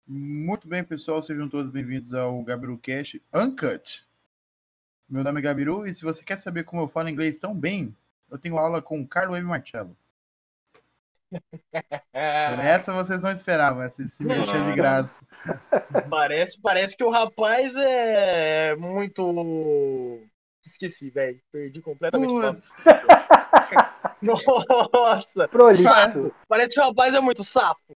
Muito bem, pessoal, sejam todos bem-vindos ao Gabiru Cash Uncut. Meu nome é Gabiru e se você quer saber como eu falo inglês tão bem, eu tenho aula com o Carlo M. Marcello. Essa vocês não esperavam, esse merchan de graça. Parece que o rapaz é muito. Esqueci, velho. Perdi completamente o papo. Putz, Nossa! Prolixo. Sapo! Parece que o rapaz é muito sapo.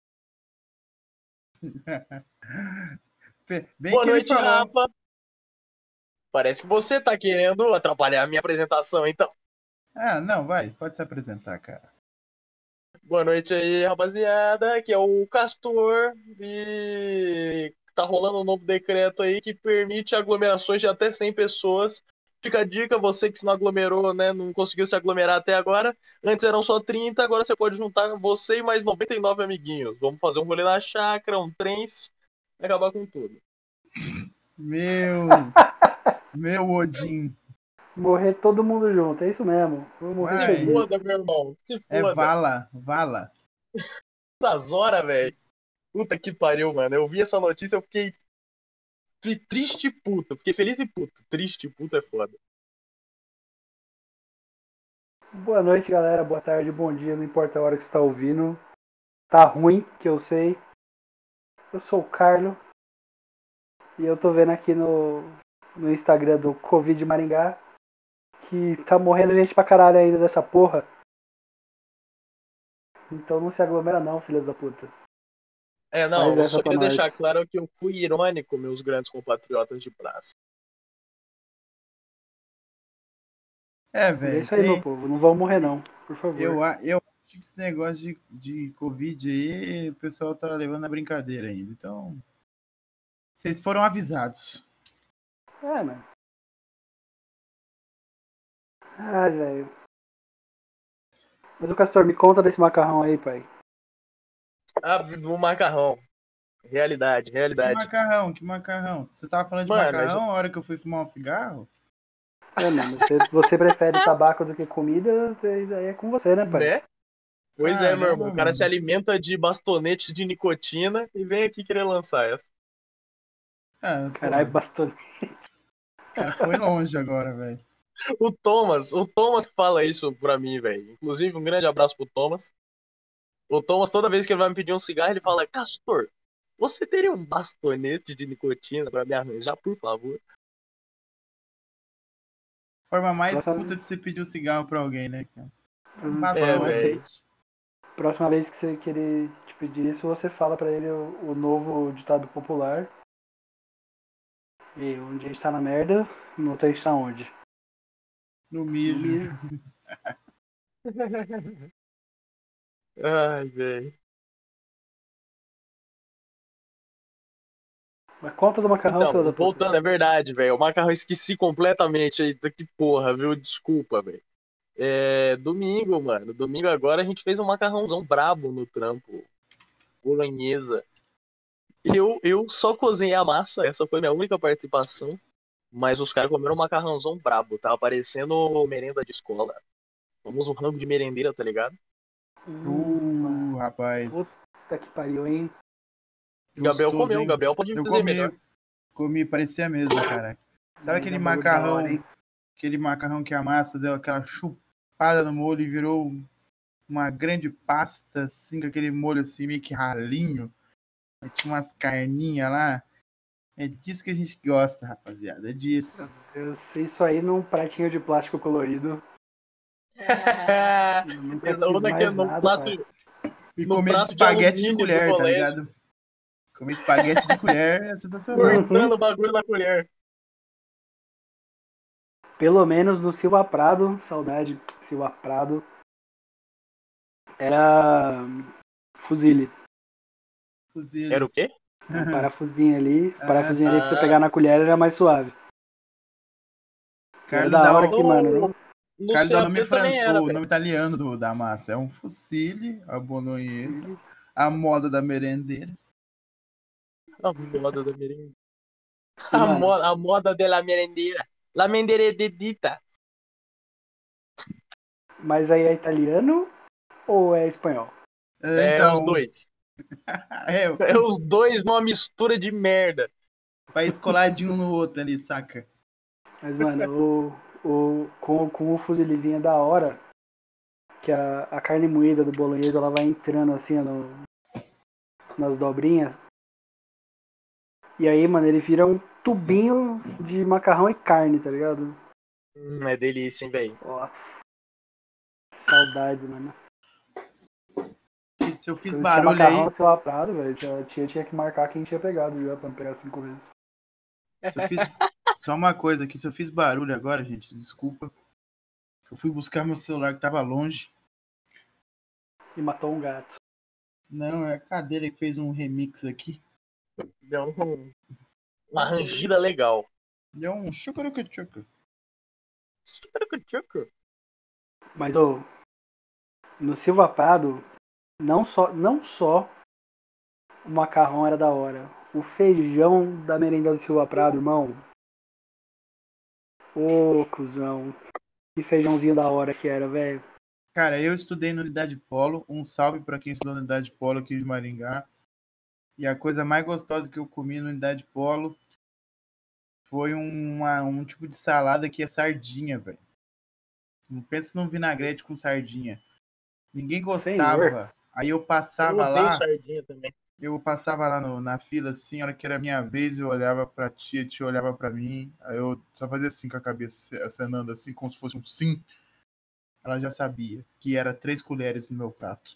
bem Boa que ele noite, falou. rapa. Parece que você tá querendo atrapalhar a minha apresentação, então. Ah, não, vai, pode se apresentar, cara. Boa noite aí, rapaziada. Aqui é o Castor e tá rolando um novo decreto aí que permite aglomerações de até 100 pessoas. Fica a dica, você que se não aglomerou, né, não conseguiu se aglomerar até agora. Antes eram só 30, agora você pode juntar você e mais 99 amiguinhos. Vamos fazer um rolê na chácara, um trens e acabar com tudo. Meu Odin. Morrer todo mundo junto, é isso mesmo. Vou morrer Vai. Se feliz. foda, meu irmão. Se É foda. Vala. Essas horas, velho. Puta que pariu, mano. Eu vi essa notícia, eu fiquei triste e puto. Fiquei feliz e puto. Triste e puto é foda. Boa noite, galera. Boa tarde, bom dia. Não importa a hora que você está ouvindo. Tá ruim, que eu sei. Eu sou o Carlo. E eu tô vendo aqui no Instagram do Covid Maringá que tá morrendo gente pra caralho ainda dessa porra. Então não se aglomera não, filhas da puta. É, Faz não, eu essa só pra queria deixar nós. claro que eu fui irônico, meus grandes compatriotas de praça. É, Mas é velho, isso aí, meu povo. Não vão morrer não, por favor. eu acho que esse negócio de Covid aí, o pessoal tá levando a brincadeira ainda. Então, vocês foram avisados. É, mano. Ai, velho. Mas o Castor, me conta desse macarrão aí, pai. Ah, o macarrão. Realidade, realidade. Que macarrão? Você tava falando de Mano, macarrão a hora que eu fui fumar um cigarro? É, mano. Você prefere tabaco do que comida, aí é com você, né, pai? né? Pois é, meu irmão. Caramba, O cara se mano. alimenta de bastonetes de nicotina e vem aqui querer lançar essa. Ah, Caralho, porra, bastante. o cara foi longe agora, velho. O Thomas que fala isso pra mim, velho. Inclusive, um grande abraço pro Thomas. O Thomas, toda vez que ele vai me pedir um cigarro, ele fala: Castor, você teria um bastonete de nicotina pra me arranjar, por favor? Forma mais culta Próxima, de você pedir um cigarro pra alguém, né, cara? Um É, velho. bastonete. próxima vez que você querer te pedir isso, você fala pra ele o novo ditado popular. E um dia a gente tá na merda, no outro a gente tá onde? No No mijo. mijo. Ai, velho. Mas conta do macarrão, Então, filha da puta. voltando, é verdade, velho. O macarrão esqueci completamente aí. Que porra, viu? Desculpa, velho. É, domingo, mano. Domingo agora a gente fez um macarrãozão brabo no trampo. Bolonhesa. Eu só cozinhei a massa, essa foi minha única participação. Mas os caras comeram um macarrãozão brabo. Tava parecendo merenda de escola. Famoso rango de merendeira, tá ligado? Rapaz. Puta que pariu, hein? O Gabriel Gostoso, comeu, o hein? Gabriel pode Eu dizer melhor. comi, parecia mesmo, cara. Sabe Mas é um bagulho da hora, hein? aquele macarrão que a massa deu aquela chupada no molho e virou uma grande pasta, assim, com aquele molho assim, meio que ralinho. Aí tinha umas carninhas lá. É disso que a gente gosta, rapaziada. É disso. Eu sei isso aí num pratinho de plástico colorido. Eu nunca Ou quis daquele mais nada, pai. E no comer de prato de espaguete de alumínio do colher, tá colégio, ligado? Comer espaguete de colher é sensacional. Uhum. cortando o bagulho da colher. Pelo menos no Silva Prado, saudade, Silva Prado, era fuzile. Era Fuzile. o quê? Um parafusinho ali, Ah, parafusinho ali pra você Ah, pegar na colher era mais suave. E era Carlos da dá hora o, que, mano, no Carlos dá CAP também era, o velho. nome italiano da massa. É um fusilli, a bolonhesa, a moda da merendeira. A moda da merenda. e, mano, A moda della merendeira. La merenderedita. mas aí é italiano ou é espanhol? É, É os então, dois. É, É os dois numa mistura de merda. país coladinho um no outro ali, saca? Mas, mano, com o fuzilezinho é da hora, que a carne moída do bolonhesa, ela vai entrando assim, ó, nas dobrinhas. E aí, mano, ele vira um tubinho de macarrão e carne, tá ligado? É delícia, hein, velho. Nossa, saudade, mano. E se eu fiz Quando tinha barulho macarrão aí, no seu prato, velho, tinha que marcar quem tinha pegado já pra não pegar 5 vezes. se eu fiz. Só uma coisa aqui, se eu fiz barulho agora, gente, desculpa. Eu fui buscar meu celular que tava longe. E matou um gato. Não, é a cadeira que fez um remix aqui. Deu uma rangida legal. Deu um chucurucuchucu. Mas, ô, no Silva Prado, não só o macarrão era da hora. O feijão da merenda do Silva Prado, irmão. Ô, cuzão. Que feijãozinho da hora que era, velho. Cara, eu estudei na Unidade Polo. Um salve pra quem estudou na Unidade Polo aqui de Maringá. E a coisa mais gostosa que eu comi na Unidade Polo foi um tipo de salada que é sardinha, velho. Não pensa num vinagrete com sardinha. Ninguém Senhor. gostava. Aí Eu odeio sardinha também. eu passava lá na fila assim, a hora que era minha vez, eu olhava pra tia, a tia olhava pra mim, aí eu só fazia assim com a cabeça, acenando assim, como se fosse um sim. Ela já sabia que era 3 colheres no meu prato.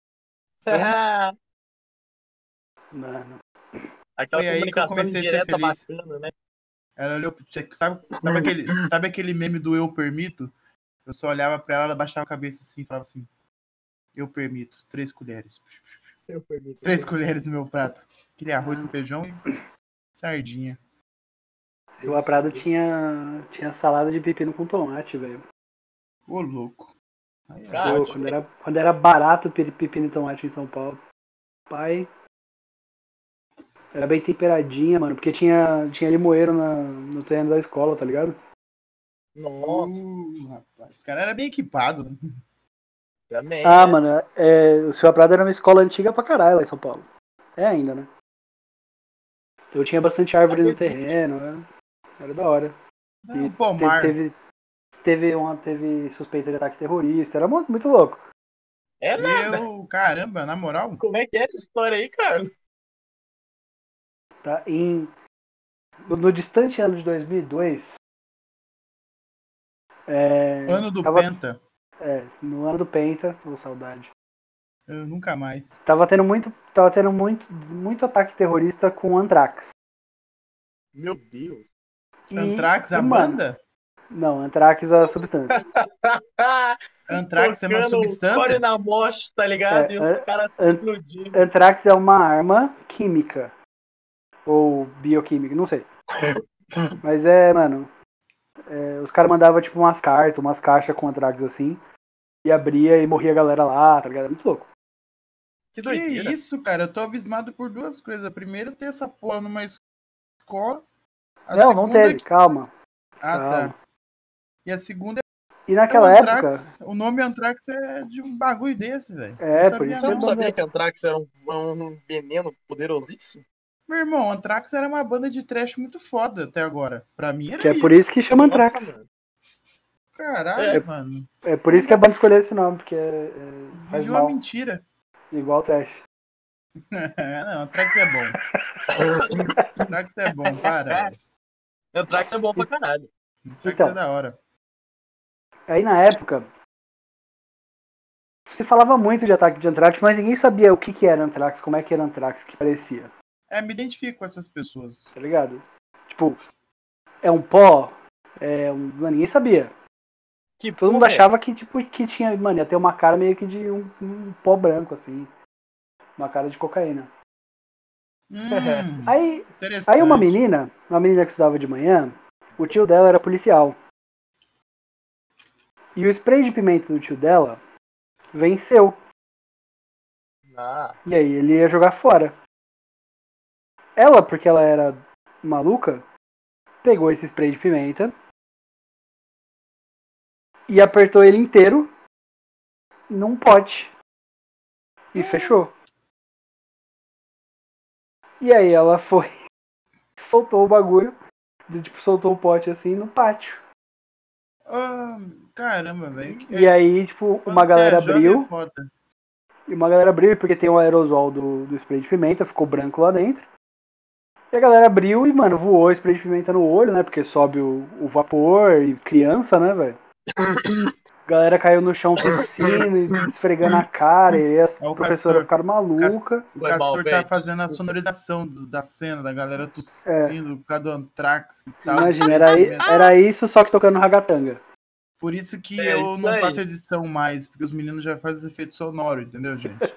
Mano. Aquela Foi aí que eu comunicação comecei a ser indireta feliz. bacana, né? Ela olhou, sabe aquele meme do eu permito? Eu só olhava pra ela, ela baixava a cabeça assim, e falava assim: eu permito 3 colheres. Eu permito. 3 colheres no meu prato. Aquele arroz com Mano. feijão e sardinha. Silva Prado tinha salada de pepino com tomate, velho. Ô, louco. Aí é Ah, Pô, ótimo. quando era barato pepino e tomate em São Paulo. Pai, era bem temperadinha, mano, porque tinha limoeiro no terreno da escola, tá ligado? nossa, Rapaz, o cara era bem equipado, né? também, Ah, né? mano, o Silva Prado era uma escola antiga pra caralho lá em São Paulo. É ainda, né? Então tinha bastante árvore Ainda no existe. terreno, né? Era da hora. É E um pomar. teve suspeita de ataque terrorista, era muito, muito louco. É nada. Caramba, na moral, Como é que é essa história aí, cara? Tá? No distante ano de 2002, ano do tava, Penta, no ano do Penta, com saudade. eu nunca mais. Tava tendo muito ataque terrorista com Anthrax. Meu Deus. Anthrax, a Mano, banda? não, Anthrax é a substância. Anthrax é uma Tocando o core substância? na mocha, tá ligado? É, E os caras an- explodindo. Anthrax é uma arma química. Ou bioquímica, não sei. Mas mano, os caras mandavam tipo umas cartas, umas caixas com Anthrax assim, e abria e morria a galera lá, tá ligado? É muito louco. Que Que doideira. isso, cara? Eu tô abismado por duas coisas. A primeira é ter essa porra numa escola. A Não segunda é teve, que. calma, Ah, calma. tá. E a segunda E é o naquela época, Anthrax. O nome Anthrax é de um bagulho desse, velho. Não por sabia, isso Você que não o não. nome sabia é. que Anthrax era um veneno poderosíssimo? Meu irmão, Anthrax era uma banda de trash muito foda até agora. Pra mim Que era é por isso isso. que chama Nossa, Anthrax. mano. Caralho, É, mano. É por isso que a Ainda banda escolheu esse nome, porque faz vive uma mal. mentira. Igual o trash. Não, Anthrax é bom. Anthrax é bom, para, velho. Anthrax é bom pra E- caralho. Anthrax é Então, da hora. aí na época, se falava muito de ataque de Anthrax, mas ninguém sabia o que era Anthrax, como é que era Anthrax, que parecia, É, me identifico com essas pessoas. tá ligado? Tipo, é um pó, ninguém sabia. Que Todo mundo porra é achava essa? que, tipo, que tinha, mano, ia ter uma cara meio que de um pó branco, assim. Uma cara de cocaína. Aí, aí Interessante. uma menina que estudava de manhã, o tio dela era policial. E o spray de pimenta do tio dela venceu. Ah, E aí ele ia jogar fora. Ela, porque ela era maluca, pegou esse spray de pimenta e apertou ele inteiro num pote. E fechou. E aí ela foi, soltou o bagulho, tipo, soltou o pote assim no pátio. Ah, caramba, velho. E aí, tipo, Quando você é jovem é foda. E uma galera abriu, porque tem o aerosol do spray de pimenta, ficou branco lá dentro. E a galera abriu e, mano, voou spray de pimenta no olho, né? Porque sobe o vapor e criança, né, velho? A galera caiu no chão tossindo e esfregando a cara, e as Ó, o professoras Castor. ficaram malucas. O Foi mal, Castor tá velho. fazendo a sonorização da cena, da galera É, tossindo por causa do Anthrax e tal, do imagina, spray de pimenta. era isso, só que tocando ragatanga. Por isso que É eu isso não aí. faço edição mais, porque os meninos já fazem efeito sonoro, entendeu, gente?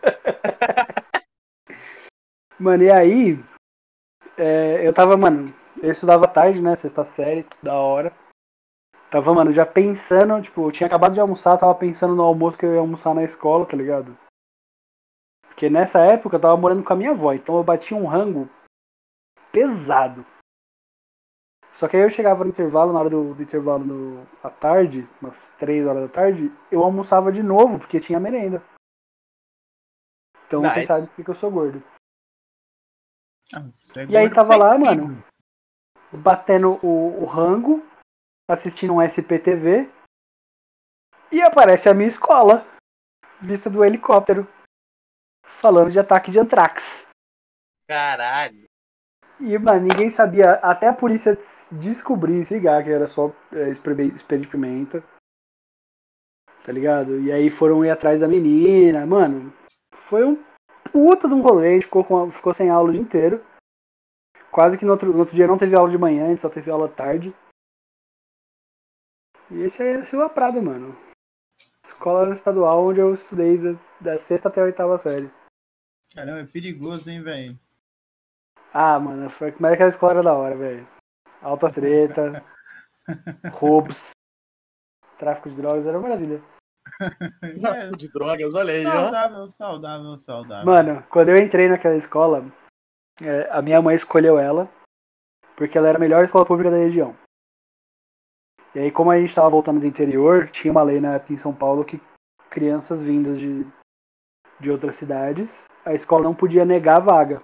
Mano, e aí, eu tava, mano, eu estudava tarde, né, sexta série, da hora. Tava, mano, já pensando, tipo, eu tinha acabado de almoçar, tava pensando no almoço que eu ia almoçar na escola, tá ligado? Porque nessa época eu tava morando com a minha avó, então eu batia um rango pesado. Só que aí eu chegava no intervalo, na hora do intervalo à tarde, umas 3 horas da tarde, eu almoçava de novo, porque tinha merenda. Então vocês sabem Nice. por que eu sou gordo. Ah, você é E aí gordo porque tava você é lá, incrível. mano, batendo o rango, assistindo um SPTV, e aparece a minha escola, vista do helicóptero, falando de ataque de Anthrax. Caralho. E, mano, ninguém sabia, até a polícia descobrir, se ligar, que era só spray de pimenta, tá ligado? E aí foram ir atrás da menina, mano, foi um puta de um rolê, a gente ficou sem aula o dia inteiro. Quase que no outro dia não teve aula de manhã, a gente só teve aula tarde. E esse é Silva Prada, mano. Escola estadual onde eu estudei da sexta até a oitava série. Caramba, é perigoso, hein, velho? Ah, mano, mas aquela escola era da hora, velho. Alta treta, roubos, tráfico de drogas, era maravilha. É De drogas, olha aí, ó. saudável, saudável, saudável. Mano, quando eu entrei naquela escola, a minha mãe escolheu ela porque ela era a melhor escola pública da região. E aí, como a gente estava voltando do interior, tinha uma lei na época em São Paulo que crianças vindas de outras cidades, a escola não podia negar a vaga.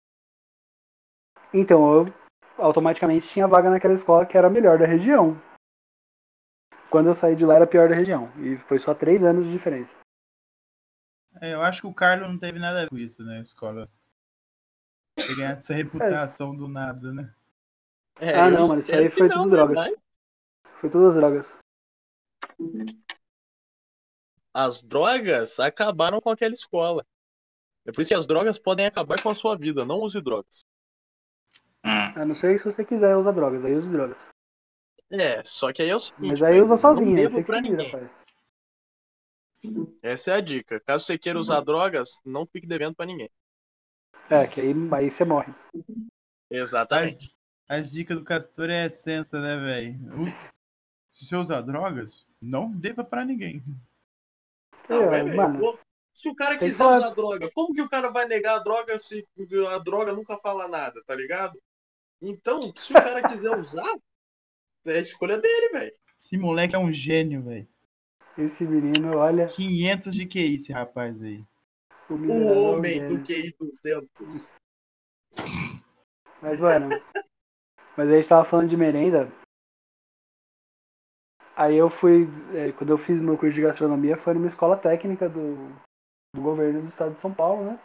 Então, eu automaticamente tinha vaga naquela escola que era a melhor da região. Quando eu saí de lá, era a pior da região. E foi só 3 anos de diferença. É, eu acho que o Carlos não teve nada a ver com isso, né, escola. Ter ganhado essa reputação do nada, né? É, Ah, eu não, mano, isso aí espero que foi não, tudo né? drogas. Mas Foi todas drogas. as drogas acabaram com aquela escola. É por isso que as drogas podem acabar com a sua vida. Não use drogas. A não ser se você quiser usar drogas, aí use drogas. É, só que aí é o Mas seguinte, aí velho. usa Não sozinho, aí deva você que pra se vira, ninguém. pai. Essa é a dica. Caso você queira usar drogas, não fique devendo pra ninguém. Que aí você morre. Exatamente. As dicas do Castor é essência, né, velho? Se você usar drogas, não deva pra ninguém. Não, é, velho. Mano, Se o cara tem que quiser falar. usar droga, como que o cara vai negar a droga se a droga nunca fala nada, tá ligado? Então, se o cara quiser usar, é a escolha dele, velho. Esse moleque é um gênio, velho. Esse menino, olha, 500 de QI, esse rapaz aí. o O miserável é um homem do gênio. QI 200. Mas, mano, mas aí a gente tava falando de merenda. Aí eu fui, quando eu fiz meu curso de gastronomia, foi numa escola técnica do governo do estado de São Paulo, né?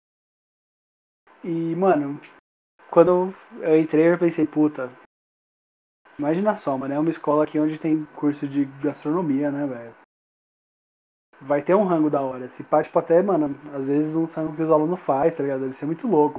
E, mano, quando eu entrei, eu pensei, puta, imagina só, mano, é uma escola aqui onde tem curso de gastronomia, né, velho? Vai ter um rango da hora. Se pá, tipo, até, mano, às vezes um rango que os alunos fazem, tá ligado? Deve ser muito louco.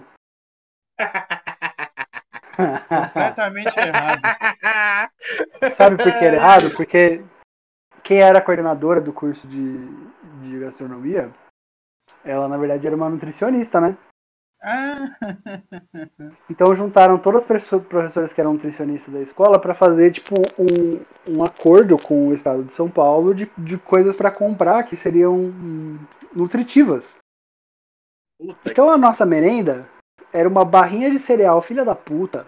Completamente errado. Sabe por que era errado? Porque quem era a coordenadora do curso de gastronomia, ela na verdade era uma nutricionista, né? Ah, Então juntaram todas as professoras que eram nutricionistas da escola para fazer tipo um acordo com o estado de São Paulo de coisas para comprar que seriam nutritivas. Puta Então a que... nossa merenda era uma barrinha de cereal filha da puta,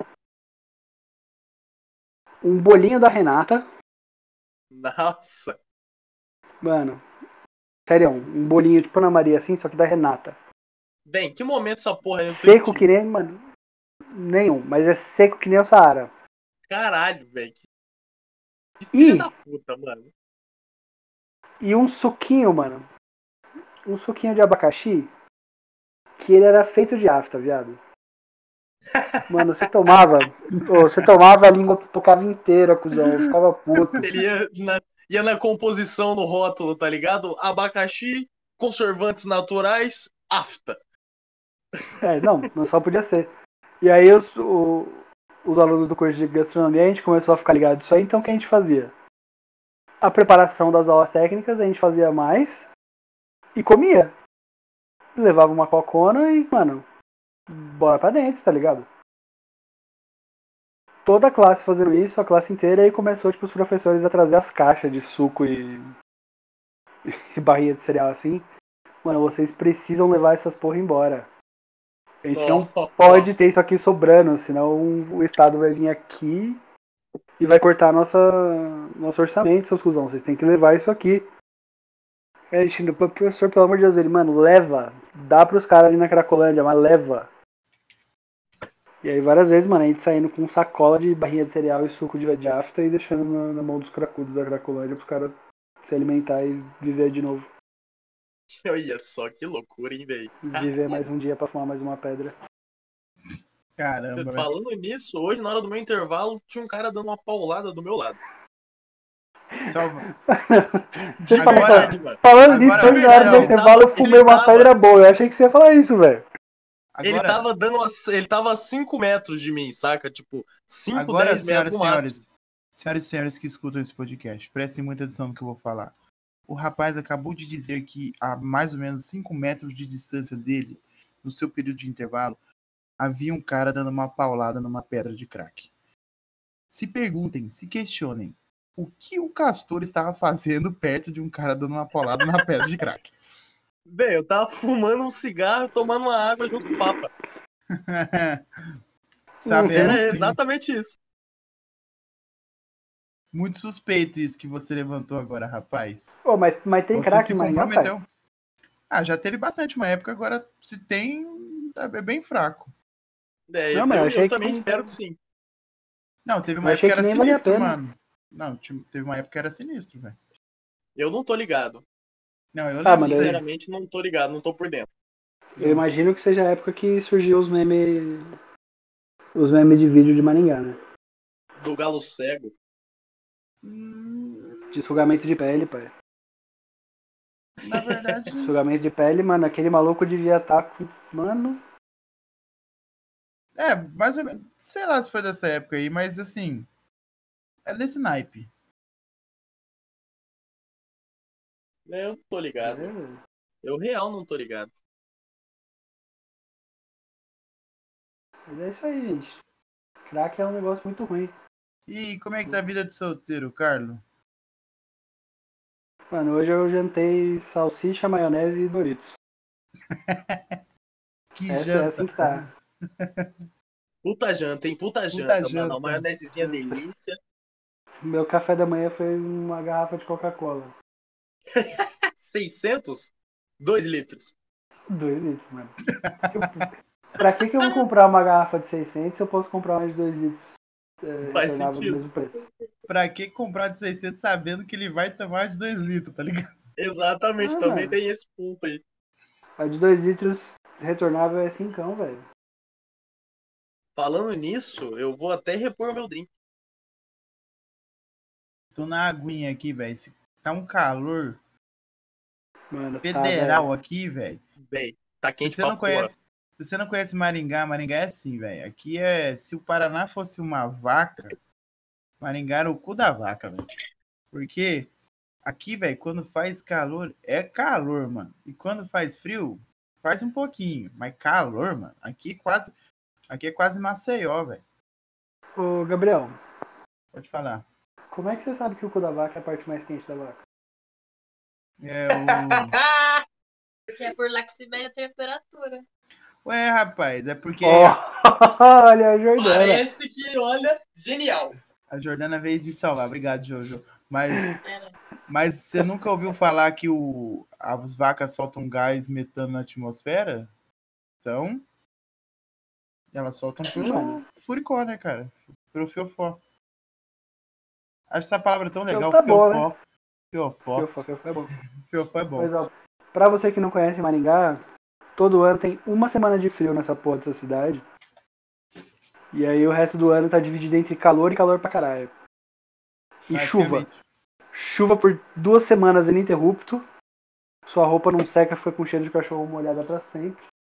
um bolinho da Renata, Nossa. mano, sério, um bolinho tipo Ana Maria assim, só que da Renata. Bem, que momento essa porra é Seco que nem, mano. Nenhum, mas é seco que nem o Saara. Caralho, velho. Que filha E, da puta, mano. e um suquinho, mano. Um suquinho de abacaxi que ele era feito de afta, viado. Mano, você tomava a língua pipocava inteira, cuzão. Eu ficava puto. Ele ia na composição no rótulo, tá ligado? Abacaxi, conservantes naturais, afta. Não só podia ser. E aí os alunos do curso de gastronomia, a gente começou a ficar ligado nisso aí, então o que a gente fazia? A preparação das aulas técnicas, a gente fazia mais e comia. Levava uma cocona e, mano, bora pra dentro, tá ligado? Toda a classe fazendo isso, a classe inteira, e aí começou, tipo, os professores a trazer as caixas de suco e barrinha de cereal assim. Mano, vocês precisam levar essas porra embora. A gente não pode ter isso aqui sobrando, senão o Estado vai vir aqui e vai cortar nosso orçamento, seus cuzão. Vocês têm que levar isso aqui. A gente, o professor, pelo amor de Deus, ele, mano, leva. Dá pros caras ali na Cracolândia, mas leva. E aí várias vezes, mano, a gente saindo com sacola de barrinha de cereal e suco de afta e deixando na mão dos cracudos da Cracolândia pros caras se alimentar e viver de novo. Olha só, que loucura, hein, velho. Viver mais um dia pra fumar mais uma pedra. Caramba, velho. Falando nisso, hoje, na hora do meu intervalo, tinha um cara dando uma paulada do meu lado. Salva. Você Agora- falando nisso, agora- hoje na hora do não, intervalo eu fumei uma tava- pedra boa. Eu achei que você ia falar isso, velho. Agora, Ele tava a 5 metros de mim, saca? Tipo, 5, agora 10 metros no máximo. senhoras e senhores que escutam esse podcast, prestem muita atenção no que eu vou falar. O rapaz acabou de dizer que a mais ou menos 5 metros de distância dele, no seu período de intervalo, havia um cara dando uma paulada numa pedra de crack. Se perguntem, se questionem, o que o Castor estava fazendo perto de um cara dando uma paulada numa pedra de crack? Bem, eu tava fumando um cigarro, tomando uma água junto com o Papa. Sabemos Era sim. exatamente isso. Muito suspeito isso que você levantou agora, rapaz. Pô, mas tem Você crack se em Maringá, pai? comprometeu. Ah, já teve bastante uma época, agora se tem, é bem fraco. É, Não, mas eu achei eu que também não- espero que sim. Não, teve uma Eu achei época que que era nem valia a sinistro, pena. mano. Não, teve uma época que era sinistro, velho. Eu não tô ligado. Não, eu Ah, lembro. mas daí- Sinceramente, não tô ligado, não tô por dentro. Eu imagino que seja a época que surgiu os memes. Os memes de vídeo de Maringá, né? Do galo cego. De sugamento de pele, pai. Na verdade, Sugamento de pele, mano, aquele maluco devia estar com. Mano. mais ou menos. Sei lá se foi dessa época aí, mas assim. É desse naipe. Eu não tô ligado. É, Eu real não tô ligado. mas é isso aí, gente. Crack é um negócio muito ruim. E como é que tá a vida de solteiro, Carlos? Mano, hoje eu jantei salsicha, maionese e Doritos. Que É janta. assim que tá. Puta janta, hein? Puta janta, mano. Uma maionesezinha delícia. Meu café da manhã foi uma garrafa de Coca-Cola. 600? 2 litros. 2 litros, mano. Pra que eu vou comprar uma garrafa de 600 se eu posso comprar uma de 2 litros Faz retornável do sentido. mesmo preço? Pra que comprar de 600 sabendo que ele vai tomar de 2 litros, tá ligado? Exatamente, Ah, também mano. tem esse ponto aí. A de 2 litros retornável é 5, velho. Falando nisso, eu vou até repor o meu drink. Tô na aguinha aqui, velho. Tá um calor Mano, federal tá, aqui, velho. Bem, tá Se quente você pra não porra. conhece, se você não conhece Maringá, Maringá é assim, velho. Aqui é, se o Paraná fosse uma vaca, Maringá era o cu da vaca, velho. Porque aqui, velho, quando faz calor, é calor, mano. E quando faz frio, faz um pouquinho, mas calor, mano. Aqui é quase Maceió, velho. Ô, Gabriel, Pode falar. como é que você sabe que o cu da vaca é a parte mais quente da vaca? É o Porque é por lá que se mede a temperatura. Ué, rapaz, é porque Olha a Jordana. Parece que, olha, genial. a Jordana veio me salvar. Obrigado, Jojo. Mas Era. Mas você nunca ouviu falar que as vacas soltam gás metano na atmosfera? Então, elas soltam Mano. pelo furicó, né, cara? Pelo fiofó. Acho essa palavra tão Então legal, tá bom, né? fiofó. Fiofó. Fiofó é bom. Fiofó é bom. Mas, ó, pra você que não conhece Maringá, todo ano tem uma semana de frio nessa porra dessa cidade. E aí o resto do ano tá dividido entre calor e calor pra caralho. E chuva. Basicamente. Chuva por 2 semanas ininterrupto. Sua roupa não seca, fica com cheiro de cachorro molhada pra sempre.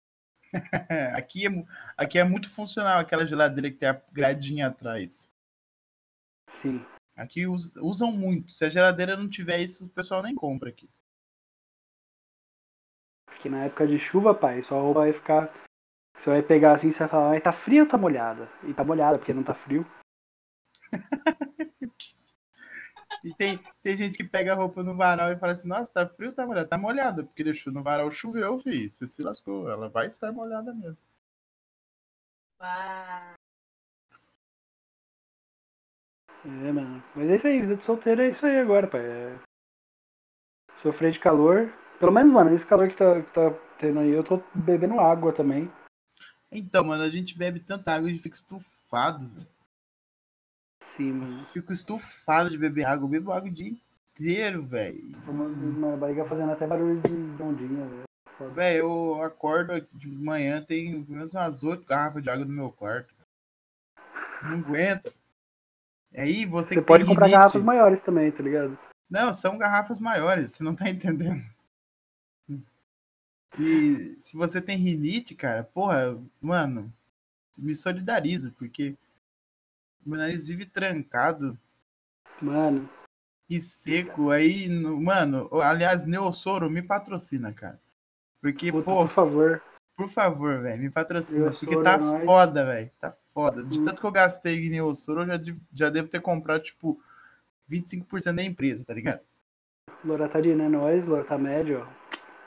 Aqui é muito funcional aquela geladeira que tem a gradinha atrás. Sim. Aqui usam muito. Se a geladeira não tiver isso, o pessoal nem compra aqui. Porque na época de chuva, pai, sua roupa vai ficar. Você vai pegar assim e você vai falar, mas tá frio ou tá molhada? E tá molhada, porque não tá frio. E tem gente que pega a roupa no varal e fala assim, nossa, tá frio, tá molhado? Tá molhada, porque deixou no varal, choveu, filho. Você se lascou. Ela vai estar molhada mesmo. Ah, É, mano. Mas é isso aí, vida de solteiro é isso aí agora, pai. É sofrer de calor. Pelo menos, mano, esse calor que tá tendo aí, eu tô bebendo água também. Então, mano, a gente bebe tanta água e fica estufado, velho. Sim, mano. Fico estufado de beber água. Eu bebo água o dia inteiro, velho. Minha barriga fazendo até barulho de ondinha, velho. Foda. Velho, eu acordo de manhã, tem pelo menos umas 8 garrafas de água no meu quarto. Não aguenta. E aí, você Você que tem pode comprar garrafas rinite. maiores também, tá ligado? Não, são garrafas maiores, você não tá entendendo. E se você tem rinite, cara, porra, mano, me solidarizo, porque meu nariz vive trancado Mano, e seco. Aí, mano, aliás, Neossoro me patrocina, cara. Porque, puta, pô, por favor. por favor, velho, me patrocina. Eu Porque sou é tá nóis. foda, velho. Tá foda. De Hum. tanto que eu gastei em Neossoro, eu já devo ter comprado, tipo, 25% da empresa, tá ligado? Loratadina é nóis, Loratamed, ó.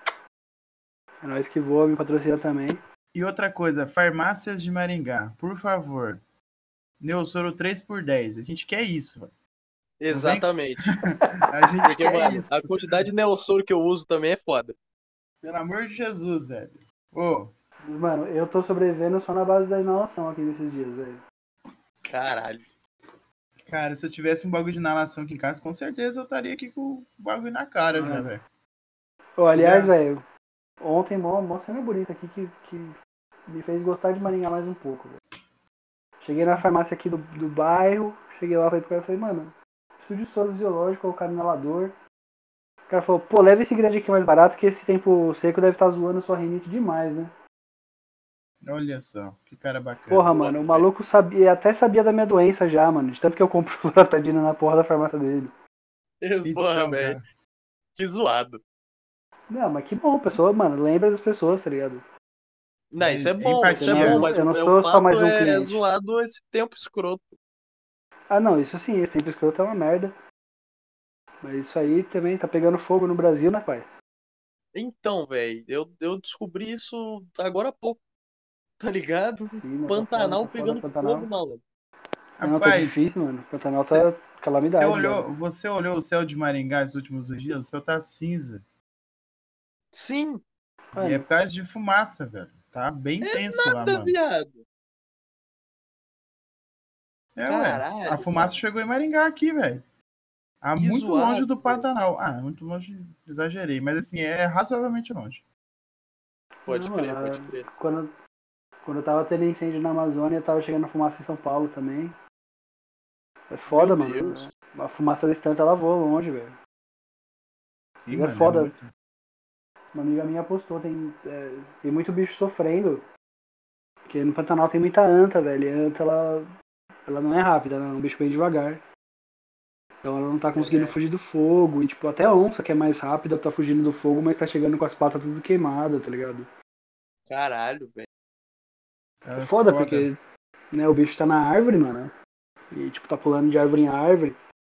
É nóis que voa, me patrocina também. E outra coisa, farmácias de Maringá, por favor. Neossoro 3x10. A gente quer isso, velho. Não vem? Exatamente. A gente Porque, quer mano, a isso. quantidade de Neossoro que eu uso também é foda. Pelo amor de Jesus, velho. Ô, Mano, eu tô sobrevivendo só na base da inalação aqui nesses dias, velho. Caralho. cara, se eu tivesse um bagulho de inalação aqui em casa, com certeza eu estaria aqui com o bagulho na cara já, Mano. velho. Ô, aliás, Já. velho, ontem mó cena bonita aqui que me fez gostar de Maringá mais um pouco, velho. Cheguei na farmácia aqui do bairro, cheguei lá, falei pro cara, falei, mano, preciso de soro fisiológico, colocar no inalador. O cara falou, pô, leva esse grande aqui mais barato, que esse tempo seco deve estar zoando sua rinite demais, né? Olha só, que cara bacana. Porra, mano, o maluco sabia, até sabia da minha doença já, mano, de tanto que eu compro Loratadina na porra da farmácia dele. Porra, Então, velho. cara. Que zoado. Não, mas que bom, pessoa, mano, lembra das pessoas, tá ligado? Não, isso É Senão bom, empatia. mas eu não o sou só fato mais um é cliente. zoado esse tempo escroto. Ah, não, isso sim, esse tempo escroto é uma merda. Mas isso aí também tá pegando fogo no Brasil, né, pai? Então, velho, eu descobri isso agora há pouco, tá ligado? Sim, mas Pantanal tá foda pegando fogo, Pantanal. maluco. Não, tá Rapaz, difícil, mano. Pantanal tá você calamidade, velho. você olhou o céu de Maringá esses últimos dias? O céu tá cinza. Sim, E é Mano, por causa de fumaça, velho. Tá bem tenso lá, tá, mano. viado. É, ué. A Caralho, fumaça mano. chegou em Maringá aqui, velho. Ah, Que muito longe do zoado, velho. Pantanal. Ah, muito longe, exagerei. Mas assim, é razoavelmente longe. Pode não, crer, pode mano. crer. Quando eu tava tendo incêndio na Amazônia, tava chegando fumaça em São Paulo também. É Meu foda, mano. Deus. A fumaça distante ela voa longe, velho. Sim, Mas é mano, é foda. muito. Uma amiga minha postou, tem muito bicho sofrendo. Porque no Pantanal tem muita anta, velho. E a anta, ela não é rápida, né? É um bicho bem devagar. Então ela não tá conseguindo É, fugir do fogo. E tipo, até a onça, que é mais rápida, tá fugindo do fogo, mas tá chegando com as patas tudo queimadas, tá ligado? caralho, velho. É É foda, foda. porque né, o bicho tá na árvore, mano. E tipo, tá pulando de árvore em árvore.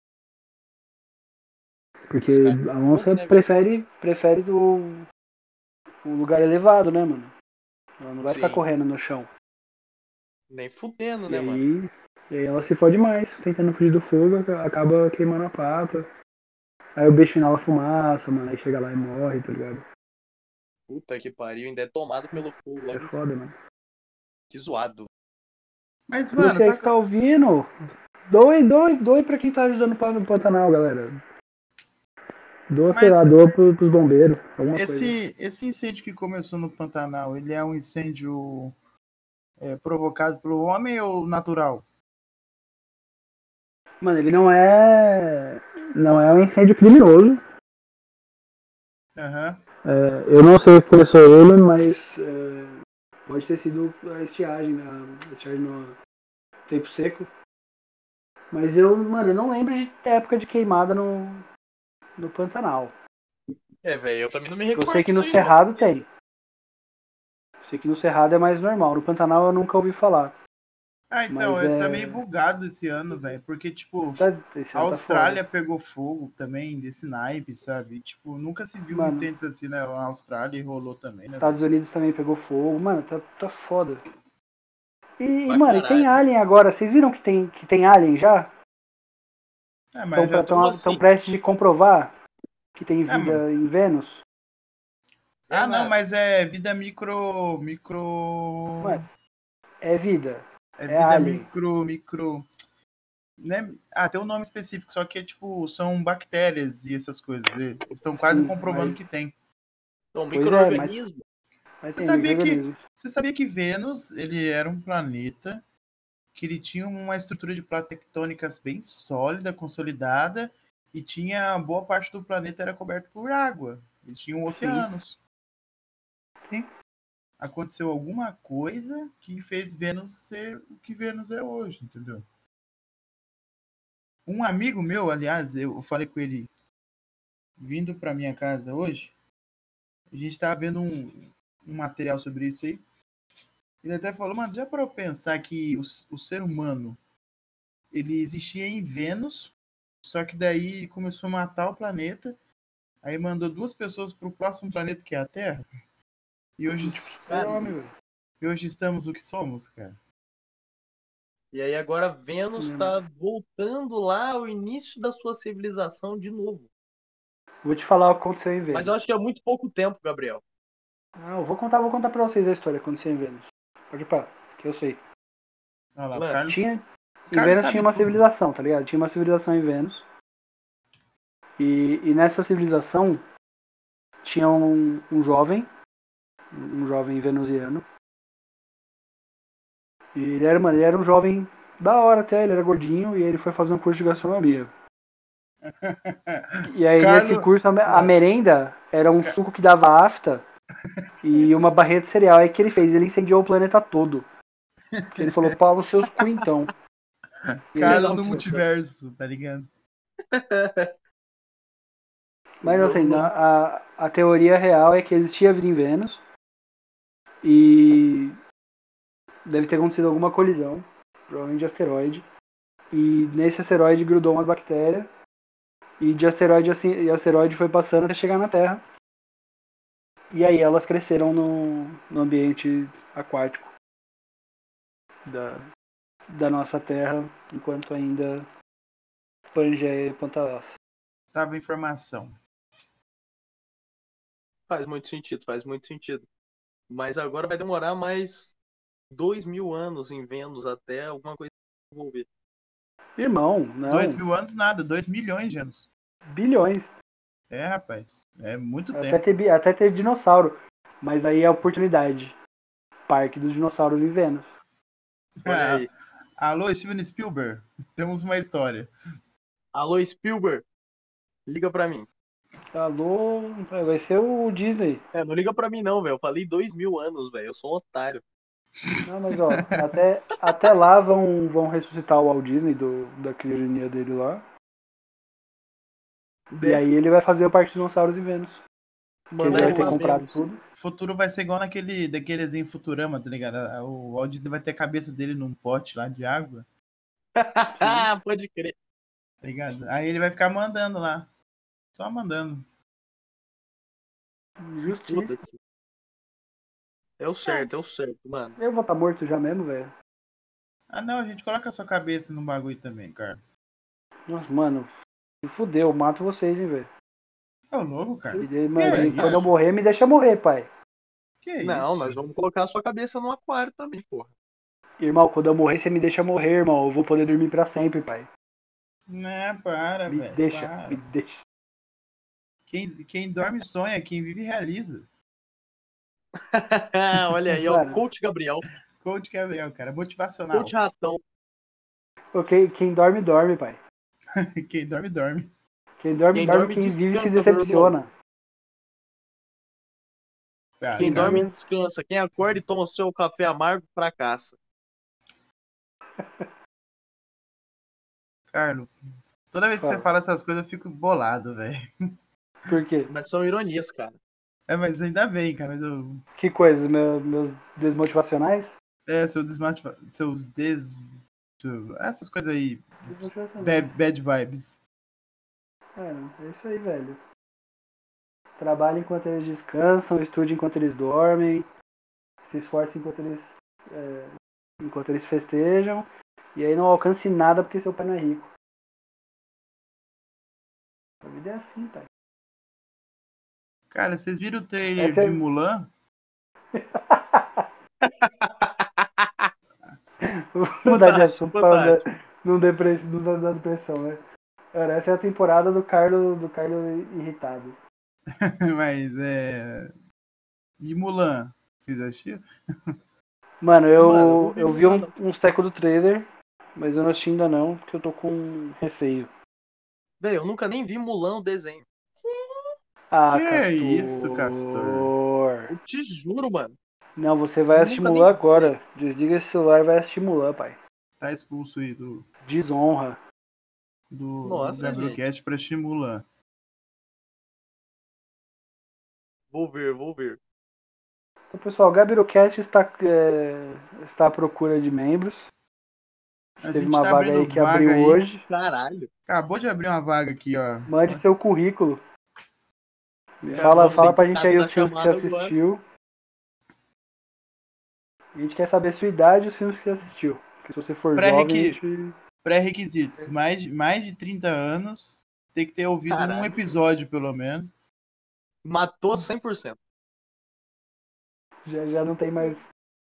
Porque Os caras a tão fogo, onça né, velho? prefere o lugar elevado, né, mano? Ela não vai ficar Sim. correndo no chão. Nem fudendo, E né, mano? aí, e aí ela se fode mais, tentando fugir do fogo, acaba queimando a pata. Aí o bicho inala fumaça, mano. Aí chega lá e morre, tá ligado? Puta que pariu, ainda é tomado pelo fogo É logo em cima. foda, mano. Que zoado. Mas, mano, Você aí que sabe está ouvindo, doe pra quem tá ajudando no Pantanal, galera. Doa, sei mas lá, doa pros bombeiros, alguma coisa. esse incêndio que começou no Pantanal, ele é um incêndio provocado pelo homem ou natural? Mano, ele não é um incêndio criminoso. Aham. Eu não sei o que começou ele, mas pode ter sido a estiagem no tempo seco. Mas mano, eu não lembro de ter época de queimada no Pantanal. Velho, eu também não me Eu recordo sei que no disso aí, não. Cerrado tem. Eu sei que no Cerrado é mais normal. No Pantanal eu nunca ouvi falar. Ah, então, Mas tá meio bugado esse ano, velho. Porque, tipo, esse a ano tá foda. Austrália pegou fogo também desse naipe, sabe? Tipo, nunca se viu um Mano, incêndio assim na Austrália e rolou também, né, velho? Estados Unidos também pegou fogo. Mano, tá foda. Pra Mano, e tem caralho. Alien agora. Vocês viram que tem Alien já? É, mas já tô. Como Estão assim? prestes de comprovar que tem Ah, mano. vida em Vênus? Ah, não, Nada. mas é vida micro. Mano, é vida. É É vida Alien. micro. Né? Ah, tem um nome específico, só que é tipo, são bactérias e essas coisas. E estão quase Sim, comprovando mas. que tem. Então, Pois é, mas micro-organismo. Você tem sabia que, micro-organismos. você sabia que Vênus, ele era um planeta que ele tinha uma estrutura de placa tectônicas bem sólida, consolidada, e tinha boa parte do planeta era coberto por água. Eles tinham Sim, oceanos. sim. Aconteceu alguma coisa que fez Vênus ser o que Vênus é hoje, entendeu? Um amigo meu, aliás, eu falei com ele vindo para minha casa hoje, a gente estava vendo um material sobre isso aí. Ele até falou, mano, já parou pra pensar que o ser humano ele existia em Vênus, só que daí começou a matar o planeta, aí mandou duas pessoas para o próximo planeta que é a Terra, e hoje, Foi Cara, homem, velho. e hoje estamos o que somos, cara. e aí agora Vênus Mesmo. tá voltando lá ao início da sua civilização de novo. Vou te falar o que aconteceu em Mas Vênus. eu acho que é muito pouco tempo, Gabriel. Não, vou contar pra vocês a história que aconteceu em Vênus. Pode ir pá, que eu sei. Olha lá, o Lance. Em Carlos Vênus tinha sabe uma tudo. civilização, tá ligado? Tinha uma civilização em Vênus. E nessa civilização tinha um jovem venusiano. E ele era um jovem da hora até, ele era gordinho e ele foi fazer um curso de gastronomia. E aí nesse Carlos, curso a merenda era um suco que dava afta e uma barreira de cereal. Aí o que ele fez? Ele incendiou o planeta todo. Porque ele falou, pau nos seus cu então. E Filha aí, Carlos da do puta. multiverso, tá ligado? mas Não, assim, não. a teoria real é que existia vida em Vênus e deve ter acontecido alguma colisão, provavelmente de asteroide. E nesse asteroide grudou umas bactérias e de asteroide em asteroide foi passando até chegar na Terra. E aí elas cresceram no ambiente aquático da, da nossa Terra, enquanto ainda Pangeia e Pantalas. Tava informação. Faz muito sentido, faz muito sentido. Mas agora vai demorar mais 2000 anos em Vênus até alguma coisa se desenvolver. Irmão, 2 não, mil anos nada, 2 milhões de anos. bilhões. É, rapaz, é muito Até tempo. até ter dinossauro. Mas aí é a oportunidade. Parque dos dinossauros em Vênus. Olha aí. Alô, Steven Spielberg, temos uma história. Alô, Spielberg, liga pra mim. Alô, vai ser o Disney. Não liga pra mim não, velho. Eu falei 2000 anos, velho. Eu sou um otário. Não, mas ó, até lá vão ressuscitar o Walt Disney da criogenia dele lá. E Né? aí ele vai fazer o Parque dos Dinossauros em Vênus. Que ele Mandar vai ele ter pra comprado Vênus. tudo. O futuro vai ser igual daquele desenho Futurama, tá ligado? O Walt Disney vai ter a cabeça dele num pote lá de água, Sim, Pode crer. tá ligado? Aí ele vai ficar mandando lá. Só mandando. justiça. Foda-se. É o certo, mano. Eu vou estar morto já mesmo, velho. Ah, não, a gente coloca a sua cabeça no bagulho também, cara. Nossa, mano, se fudeu, eu mato vocês, hein, velho. Ô, louco, cara. E daí, Que é quando eu isso? morrer, me deixa morrer, pai. Que Não, isso? nós vamos colocar a sua cabeça no aquário também, porra. Irmão, quando eu morrer, você me deixa morrer, irmão. Eu vou poder dormir pra sempre, pai. Né, para, Me velho. deixa, me Para. deixa. Quem dorme sonha, quem vive realiza. Olha aí, ó, Mano, Coach Gabriel, Coach Gabriel, cara. Motivacional. Coach Ratão. ok, quem dorme, dorme, pai. Quem dorme, dorme. Quem dorme, Quem dorme. dorme Quem vive se descansa, meu irmão. decepciona. Ah, Quem Quem dorme vive... descansa. Quem acorda e toma o seu café amargo fracassa. Carlos, toda vez que você Fala. fala essas coisas, eu fico bolado, velho. Por quê? Mas são ironias, cara. É, mas ainda bem, cara. Mas eu. Que coisas? Meus desmotivacionais? É, seus essas coisas aí. Desmotivacionais. Bad vibes. É isso aí, velho. Trabalhe enquanto eles descansam, estude enquanto eles dormem, se esforce enquanto eles festejam, e aí não alcance nada porque seu pai não é rico. A vida é assim, pai. Cara, vocês viram o trailer Essa de é... Mulan? Vou mudar de Fantástico, assunto pra fantástico. não dar depressão, né? Cara, essa é a temporada do Carlos irritado. Mas é. E Mulan? Vocês acharam? Mano, Mano, eu não vi eu vi Mulan, não. uns tecos do trailer, mas eu não assisti ainda não, porque eu tô com receio. Velho, eu nunca nem vi Mulan o desenho. Ah, Que isso, Castor? Castor. Eu te juro, mano. Não, você vai Eu assistir nunca nem Mulan vi, velho. agora. Desliga esse celular e vai assistir Mulan, pai. Tá expulso aí do, Desonra. do Nossa, Gabriel gente. Cast pra assistir Mulan. Vou ver, vou ver. Então, pessoal, o Gabirocast está à procura de membros. A Teve gente uma tá vaga aí abrindo que vaga abriu aí. hoje. Caralho. Acabou de abrir uma vaga aqui, ó. Mande seu currículo. Caso você Fala pra gente indicado aí na os filmes que você chamada agora. assistiu. A gente quer saber sua idade e os filmes que você assistiu. Porque se você for jovem, a Pré-requi- gente... Pré-requisitos. Mais de 30 anos. Tem que ter ouvido um Caralho. episódio, pelo menos. Matou 100%. já não tem mais...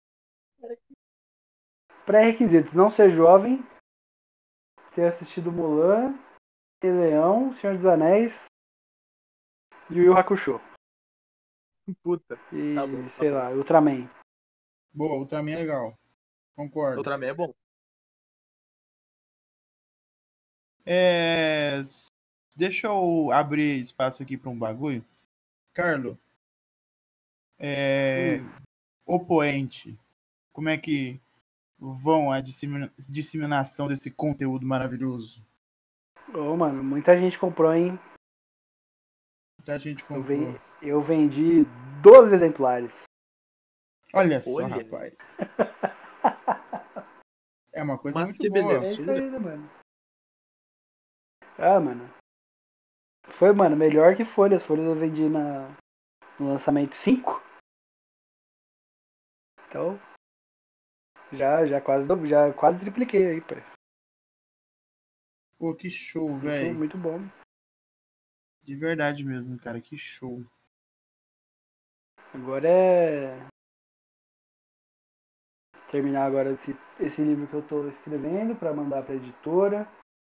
Pré-requisitos. Não ser jovem. Ter assistido Mulan, Rei Leão, Senhor dos Anéis e Yu Yu Hakusho. Puta. E, Tá bom, tá sei bom. lá, Ultraman. Boa, Ultraman é legal. Concordo. Ultraman é bom. É... Deixa eu abrir espaço aqui para um bagulho. Carlos, Opoente, como é que vão a disseminação desse conteúdo maravilhoso? Ô, mano, muita gente comprou, hein? Muita gente comprou. Eu vendi 12 exemplares. Olha só, Olha. rapaz. É uma coisa Mas muito que boa. É isso beleza. aí, né, mano? Ah, mano. Foi, mano, melhor que Folha. As Folhas eu vendi no lançamento 5. Então, já quase tripliquei aí, pai. Pô, que show, Muito, velho. muito bom. De verdade mesmo, cara. Que show. Agora é terminar agora esse livro que eu tô escrevendo pra mandar pra editora.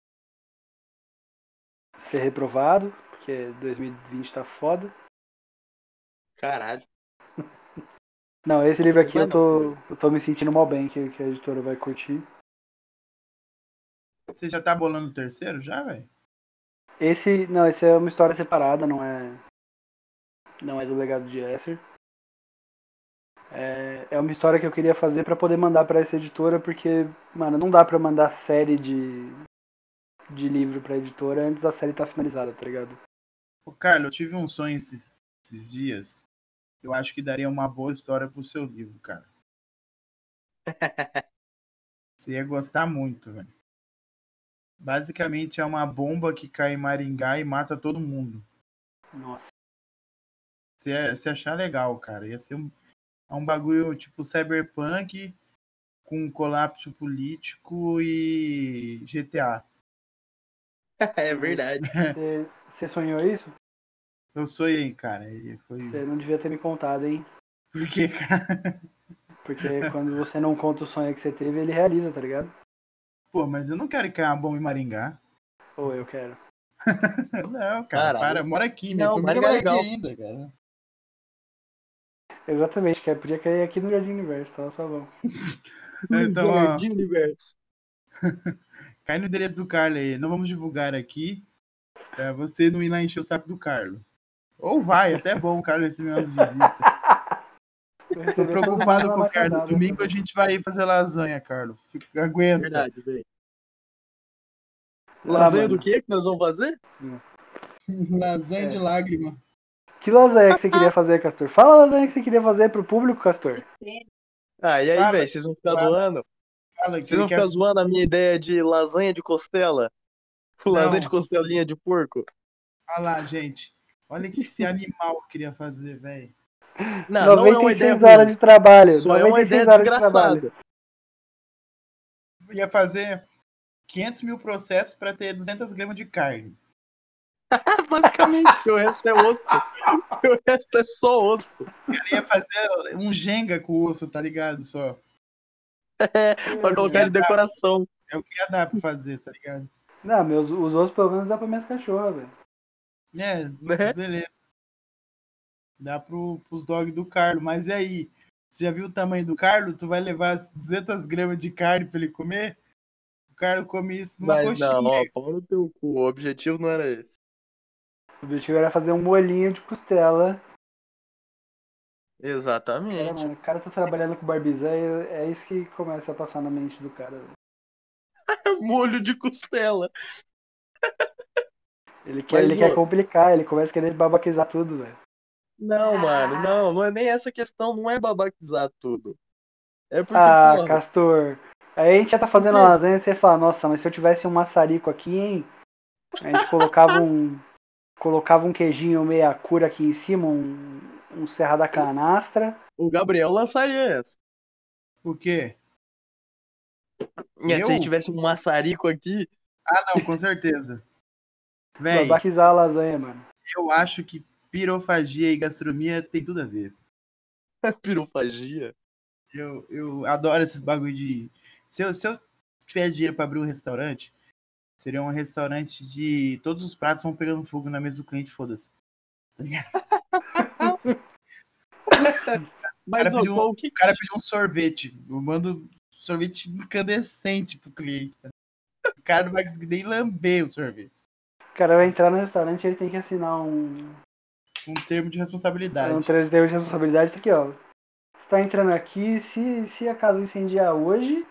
Ser reprovado, porque 2020 tá foda. Caralho. Não, esse livro aqui Vai não, velho. eu tô me sentindo mal bem que a editora vai curtir. Você já tá bolando o terceiro já, velho? Esse é uma história separada, não é do Legado de Esser. É uma história que eu queria fazer pra poder mandar pra essa editora, porque, mano, não dá pra mandar série de livro pra editora antes da série tá finalizada, tá ligado? Ô, Carlos, eu tive um sonho esses dias. Eu acho que daria uma boa história pro seu livro, cara. Você ia gostar muito, velho. Basicamente é uma bomba que cai em Maringá e mata todo mundo. Nossa. Você achar legal, cara. Ia ser um bagulho tipo cyberpunk com colapso político e GTA. É verdade. Você sonhou isso? Eu sonhei, cara. E foi... Você não devia ter me contado, hein? Porque, cara, Porque quando você não conta o sonho que você teve, ele realiza, tá ligado? pô, mas eu não quero cair uma bomba em Maringá. Ou eu quero. Não, cara, para, Caralho. mora aqui, minha Não, família Maringá é mora aqui legal. ainda, cara. Exatamente, que podia cair aqui no Jardim Universo, tava só bom. Então, ó, Jardim Universo. cai no endereço do Carlos aí. Não vamos divulgar aqui pra você não ir lá encher o saco do Carlos. Ou vai, até é bom o Carlos receber umas visitas. Vou Tô receber todo mundo preocupado lá com o na casa Carlos. d'água. Domingo a gente vai fazer lasanha, Carlos. Aguenta. Verdade, velho. Ah, Lasanha do mano. que nós vamos fazer? Lasanha de É. lágrima. Que lasanha que você queria fazer, Castor? Fala a lasanha que você queria fazer pro público, Castor. Ah, e aí, Fala, velho, vocês vão ficar fala, zoando? fala que Vocês ele vão ficar quer. zoando a minha ideia de lasanha de costela? Lasanha de Não, costelinha de porco? olha lá, gente. Olha o que esse animal queria fazer, velho. Não, não é uma ideia 96 horas ruim. de trabalho. Só é uma 96 ideia horas de trabalho. desgraçada. Ia fazer 500 mil processos para ter 200 gramas de carne. Basicamente, porque o resto é osso. O resto é só osso. Ele ia fazer um Jenga com o osso, tá ligado? Só. Pra colocar de decoração. É o que ia dar pra fazer, tá ligado? Não, os outros pelo menos dá pra minhas cachorras, velho. É, Né? beleza. Dá pros dogs do Carlos. Mas e aí? Você já viu o tamanho do Carlos? Tu vai levar as 200 gramas de carne pra ele comer? O Carlos come isso numa Mas não, coxinha. ó, pau no teu cu. O objetivo não era esse. O objetivo era fazer um molhinho de costela. Cara, Exatamente. mano, o cara tá trabalhando com barbizé e é isso que começa a passar na mente do cara, velho. Molho de costela. Ele Mas, quer ô, complicar, ele começa a querer babaquizar tudo, velho. não, mano, não é nem essa questão, não é babaquizar tudo. É porque, Ah, porra, Castor. Aí a gente já tá por fazendo a quê? lasanha e você fala, nossa, mas se eu tivesse um maçarico aqui, hein? A gente colocava um queijinho meia cura aqui em cima, um serra da canastra. O Gabriel lançaria essa. O quê? E se ele Eu? tivesse um maçarico aqui, Ah, não, com certeza. Véi, Babaquizar a lasanha, mano. eu acho que pirofagia e gastronomia tem tudo a ver. pirofagia. Eu adoro esses bagulho de. Se eu tivesse dinheiro pra abrir um restaurante, seria um restaurante de. Todos os pratos vão pegando fogo na mesa do cliente, foda-se. O cara Mas, ô, pediu, qual o que... cara pediu um sorvete. Eu mando sorvete incandescente pro cliente. Tá? O cara não vai conseguir nem lamber o sorvete. O cara vai entrar no restaurante e ele tem que assinar Um termo de um responsabilidade. termo de responsabilidade. Tá aqui, ó. Você tá entrando aqui, se a casa incendiar hoje,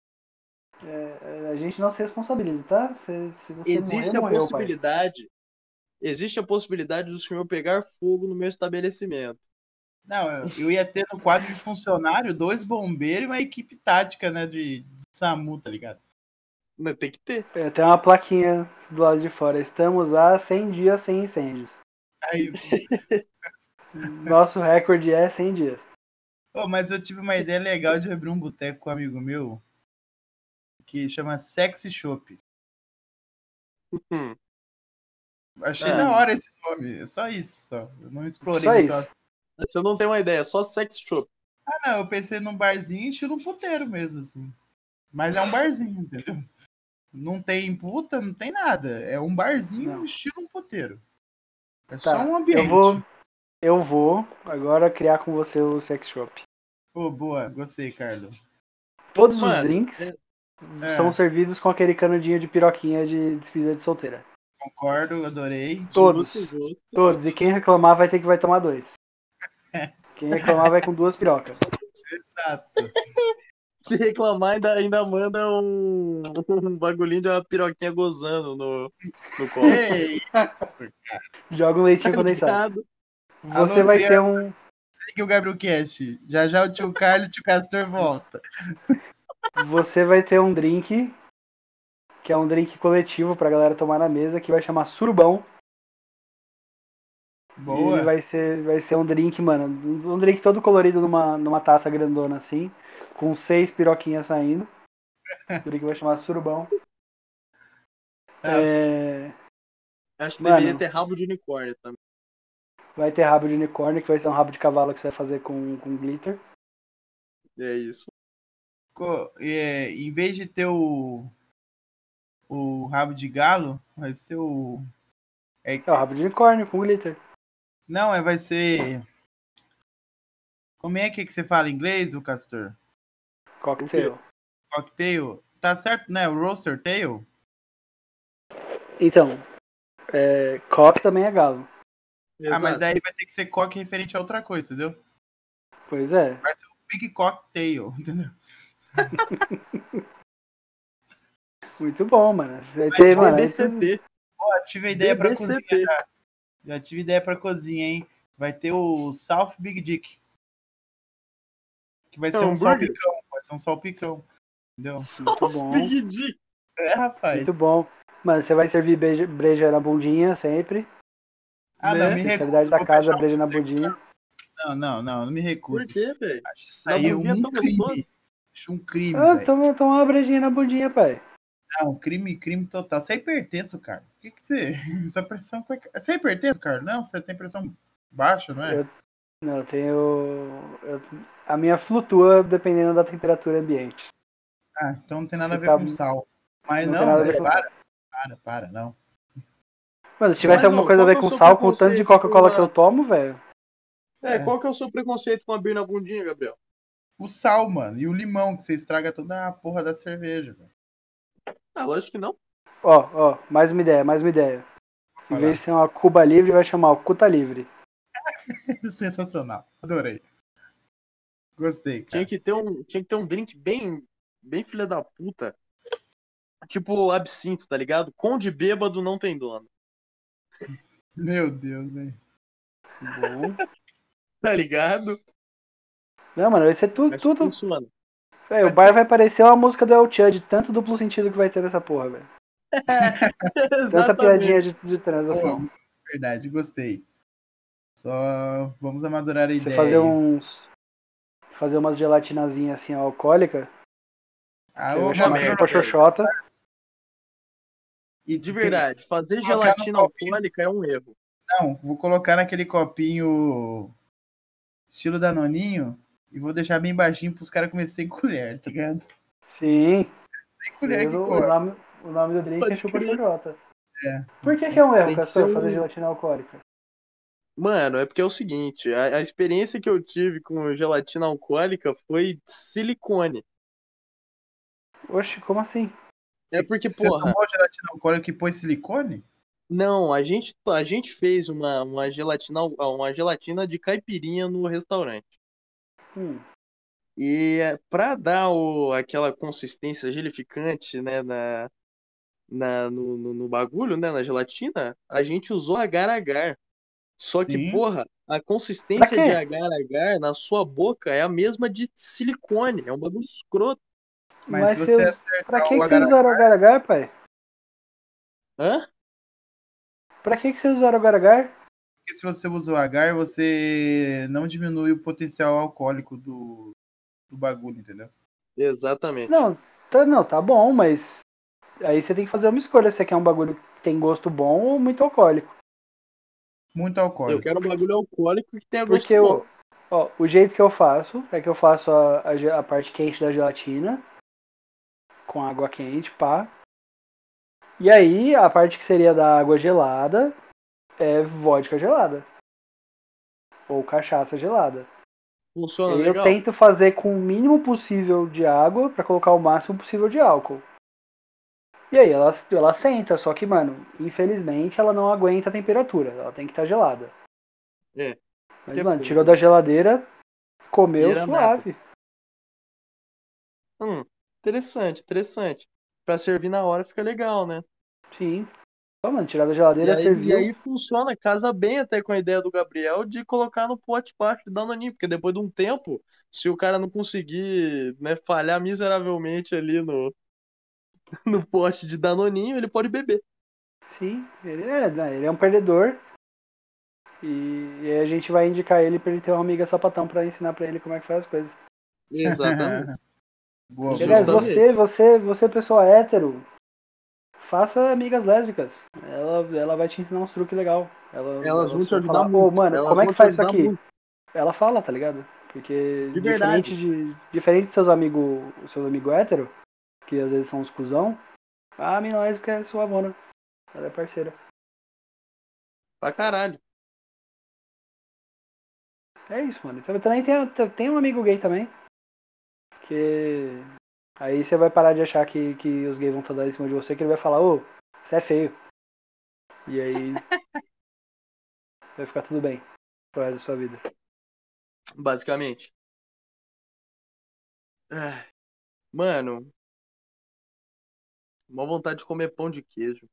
a gente não se responsabiliza, tá? Se você morrer, existe a morreu, pai. possibilidade, existe a possibilidade do senhor pegar fogo no meu estabelecimento. Não, eu ia ter no quadro de funcionário 2 bombeiros e uma equipe tática, né, de SAMU, tá ligado? Mas tem que ter. Tem uma plaquinha do lado de fora. Estamos há 100 dias sem incêndios. Aí, Nosso recorde é 100 dias. oh, mas eu tive uma ideia legal de abrir um boteco com um amigo meu que chama Sexy Shop. Hum. Achei da Ah, hora esse nome, é só isso, só. Eu não explorei Só muito. isso. você não tem uma ideia, só sex shop. Ah, não, eu pensei num barzinho estilo um puteiro mesmo, assim. Mas é um barzinho, entendeu? Não tem puta, não tem nada. É um barzinho Não. estilo um puteiro. É só Tá, um ambiente. eu vou agora criar com você o sex shop. Pô, boa, gostei, Carlos. Todos os Mano, drinks são É, servidos com aquele canudinho de piroquinha de despedida de solteira. concordo, adorei. justo, Todos. justo. Todos. E quem reclamar vai tomar 2. É, Quem reclamar vai com 2 pirocas. exato. Se reclamar, ainda manda um bagulhinho de uma piroquinha gozando no copo. É isso. Joga um Tá leitinho condensado. ligado? Você Alô, vai ter um. crianças. Segue o Gabriel Cast. Já já o tio Carlos e o tio Castor volta. Você vai ter um drink. Que é um drink coletivo pra galera tomar na mesa, que vai chamar surubão. E ele Boa. vai ser um drink, mano. Um drink todo colorido numa taça grandona assim. Com 6 piroquinhas saindo. O drink vai chamar surubão. Ah, É, Acho que deveria Mano, ter rabo de unicórnio também. Vai ter rabo de unicórnio, que vai ser um rabo de cavalo que você vai fazer com glitter. É isso. Em vez de ter o rabo de galo, vai ser o. É o rabo de unicórnio com glitter. Não, vai ser. Como é que você fala em inglês, o Castor? Cocktail. Cocktail. Tá certo, né? O roaster tail? Então, cock também é galo. Ah, mas Exato. daí vai ter que ser cock referente a outra coisa, entendeu? Pois é. Vai ser o Big Cocktail, entendeu? Muito bom, mano. Vai ter, mano, BBCT. Ó, tive a ideia pra cozinha BBCT. já. Já tive ideia pra cozinha, hein? Vai ter o South Big Dick. Que vai ser um Hambúrguer? salpicão. Vai ser um salpicão. Entendeu? Muito bom. Big Dick. Rapaz. Muito bom. Mano, você vai servir breja na bundinha sempre. Ah, não, me Especialidade recuso. da Vou casa, fechar breja na bundinha. Não me Por recuso. quê, velho? Acho isso Na aí bundinha é um tão crime. gostoso. Acho um crime, Ah, velho. toma uma brejinha na bundinha, pai. Não, crime total. Você é hipertenso, cara. O que você. Sua pressão. Você é hipertenso, cara? Não, você tem pressão baixa, não é? Eu tenho. A minha flutua dependendo da temperatura ambiente. Ah, então não tem nada a ver Fica- com sal. Mas Não tem não, nada a ver com sal. não. Mano, se tivesse Mas, alguma ô, coisa a qual ver que é o com seu sal, com o tanto de preconceito com Coca-Cola que a... eu tomo, velho. qual que é o seu preconceito com a beer na bundinha, Gabriel? O sal, mano, e o limão, que você estraga toda a porra da cerveja, velho. Ah, lógico que não. Ó, mais uma ideia. Em vez de ser uma Cuba Livre, vai chamar o Cuta Livre. Sensacional. Adorei. Gostei, Tinha cara. que ter um drink bem filha da puta. Tipo absinto, tá ligado? Conde bêbado não tem dono. Meu Deus, velho. Bom. Tá ligado? Não, mano, vai ser tudo. Acho que funciona. Véio, o bar vai parecer uma música do El Chan, de tanto duplo sentido que vai ter nessa porra, velho. Tanta piadinha Exatamente. de transação. Pô, verdade, gostei. Só vamos amadurar a Você ideia aí. fazer umas gelatinazinhas assim alcoólica, Ah, que aí ô, vai chamar merda, tipo a velho. xoxota. E De verdade, fazer colocar no gelatina copinho. alcoólica é um erro. Não, vou colocar naquele copinho estilo Danoninho e vou deixar bem baixinho pros caras comerem sem colher, tá ligado? Sim. Sem E colher aí que o come. nome, o nome do drink é Pode chupa crer. xoxota. É. Por que é um erro, Tem que ser Castor, fazer um. gelatina alcoólica? Mano, é porque é o seguinte, a experiência que eu tive com gelatina alcoólica foi silicone. Oxe, como assim? É porque, Você porra, tomou gelatina alcoólica e pôs silicone? não, a gente fez uma gelatina de caipirinha no restaurante. Hum, E pra dar aquela consistência gelificante, né, no bagulho, né, na gelatina, a gente usou agar-agar. Só que, Sim. porra, a pra consistência de quê? agar-agar na sua boca é a mesma de silicone. É um bagulho escroto. Mas se Mas você pra acertar que o vocês agar usaram agar-agar, pai? Hã? Pra que vocês usaram agar-agar? porque se você usa o agar, você não diminui o potencial alcoólico do bagulho, entendeu? Exatamente. Não, tá bom, mas aí você tem que fazer uma escolha. Se você quer um bagulho que tem gosto bom ou muito alcoólico. Muito Eu alcoólico. quero um bagulho alcoólico que tenha gosto Porque bom. o jeito que eu faço é que eu faço a parte quente da gelatina com água quente, pá. E aí a parte que seria da água gelada é vodka gelada. Ou cachaça gelada. E Funciona aí eu legal? tento fazer com o mínimo possível de água pra colocar o máximo possível de álcool. E aí ela senta, só que, mano, infelizmente ela não aguenta a temperatura. Ela tem que estar gelada. É. Mas, Que é mano, foda. tirou da geladeira, comeu Vira nada. suave. Interessante, interessante. Pra servir na hora fica legal, né? Sim. Ó, mano, tirar da E geladeira, aí, e serviu. aí funciona, casa bem até com a ideia do Gabriel de colocar no pote baixo de Danoninho, porque depois de um tempo, se o cara não conseguir, né, falhar miseravelmente ali no pote de Danoninho, ele pode beber. Sim, ele é um perdedor. E aí a gente vai indicar ele pra ele ter uma amiga sapatão pra ensinar pra ele como é que faz as coisas. Exatamente. Boa, E, aliás, boa. Justamente. você pessoa hétero, faça amigas lésbicas. ela vai te ensinar uns truques legal. Elas vão te vai ajudar falar, muito. ô, mano, Elas como é vão que te faz isso ajudar aqui? muito. Ela fala, tá ligado? Porque De verdade. diferente dos seus amigos hétero, que às vezes são uns cuzão, a mina lésbica é suavona. Ela é parceira. Pra caralho. É isso, mano. Então, também tem um amigo gay também. Que aí você vai parar de achar que os gays vão estar dando em cima de você, que ele vai falar, ô, você é feio. E aí vai ficar tudo bem pro resto da sua vida. Basicamente. Ah, mano, uma vontade de comer pão de queijo.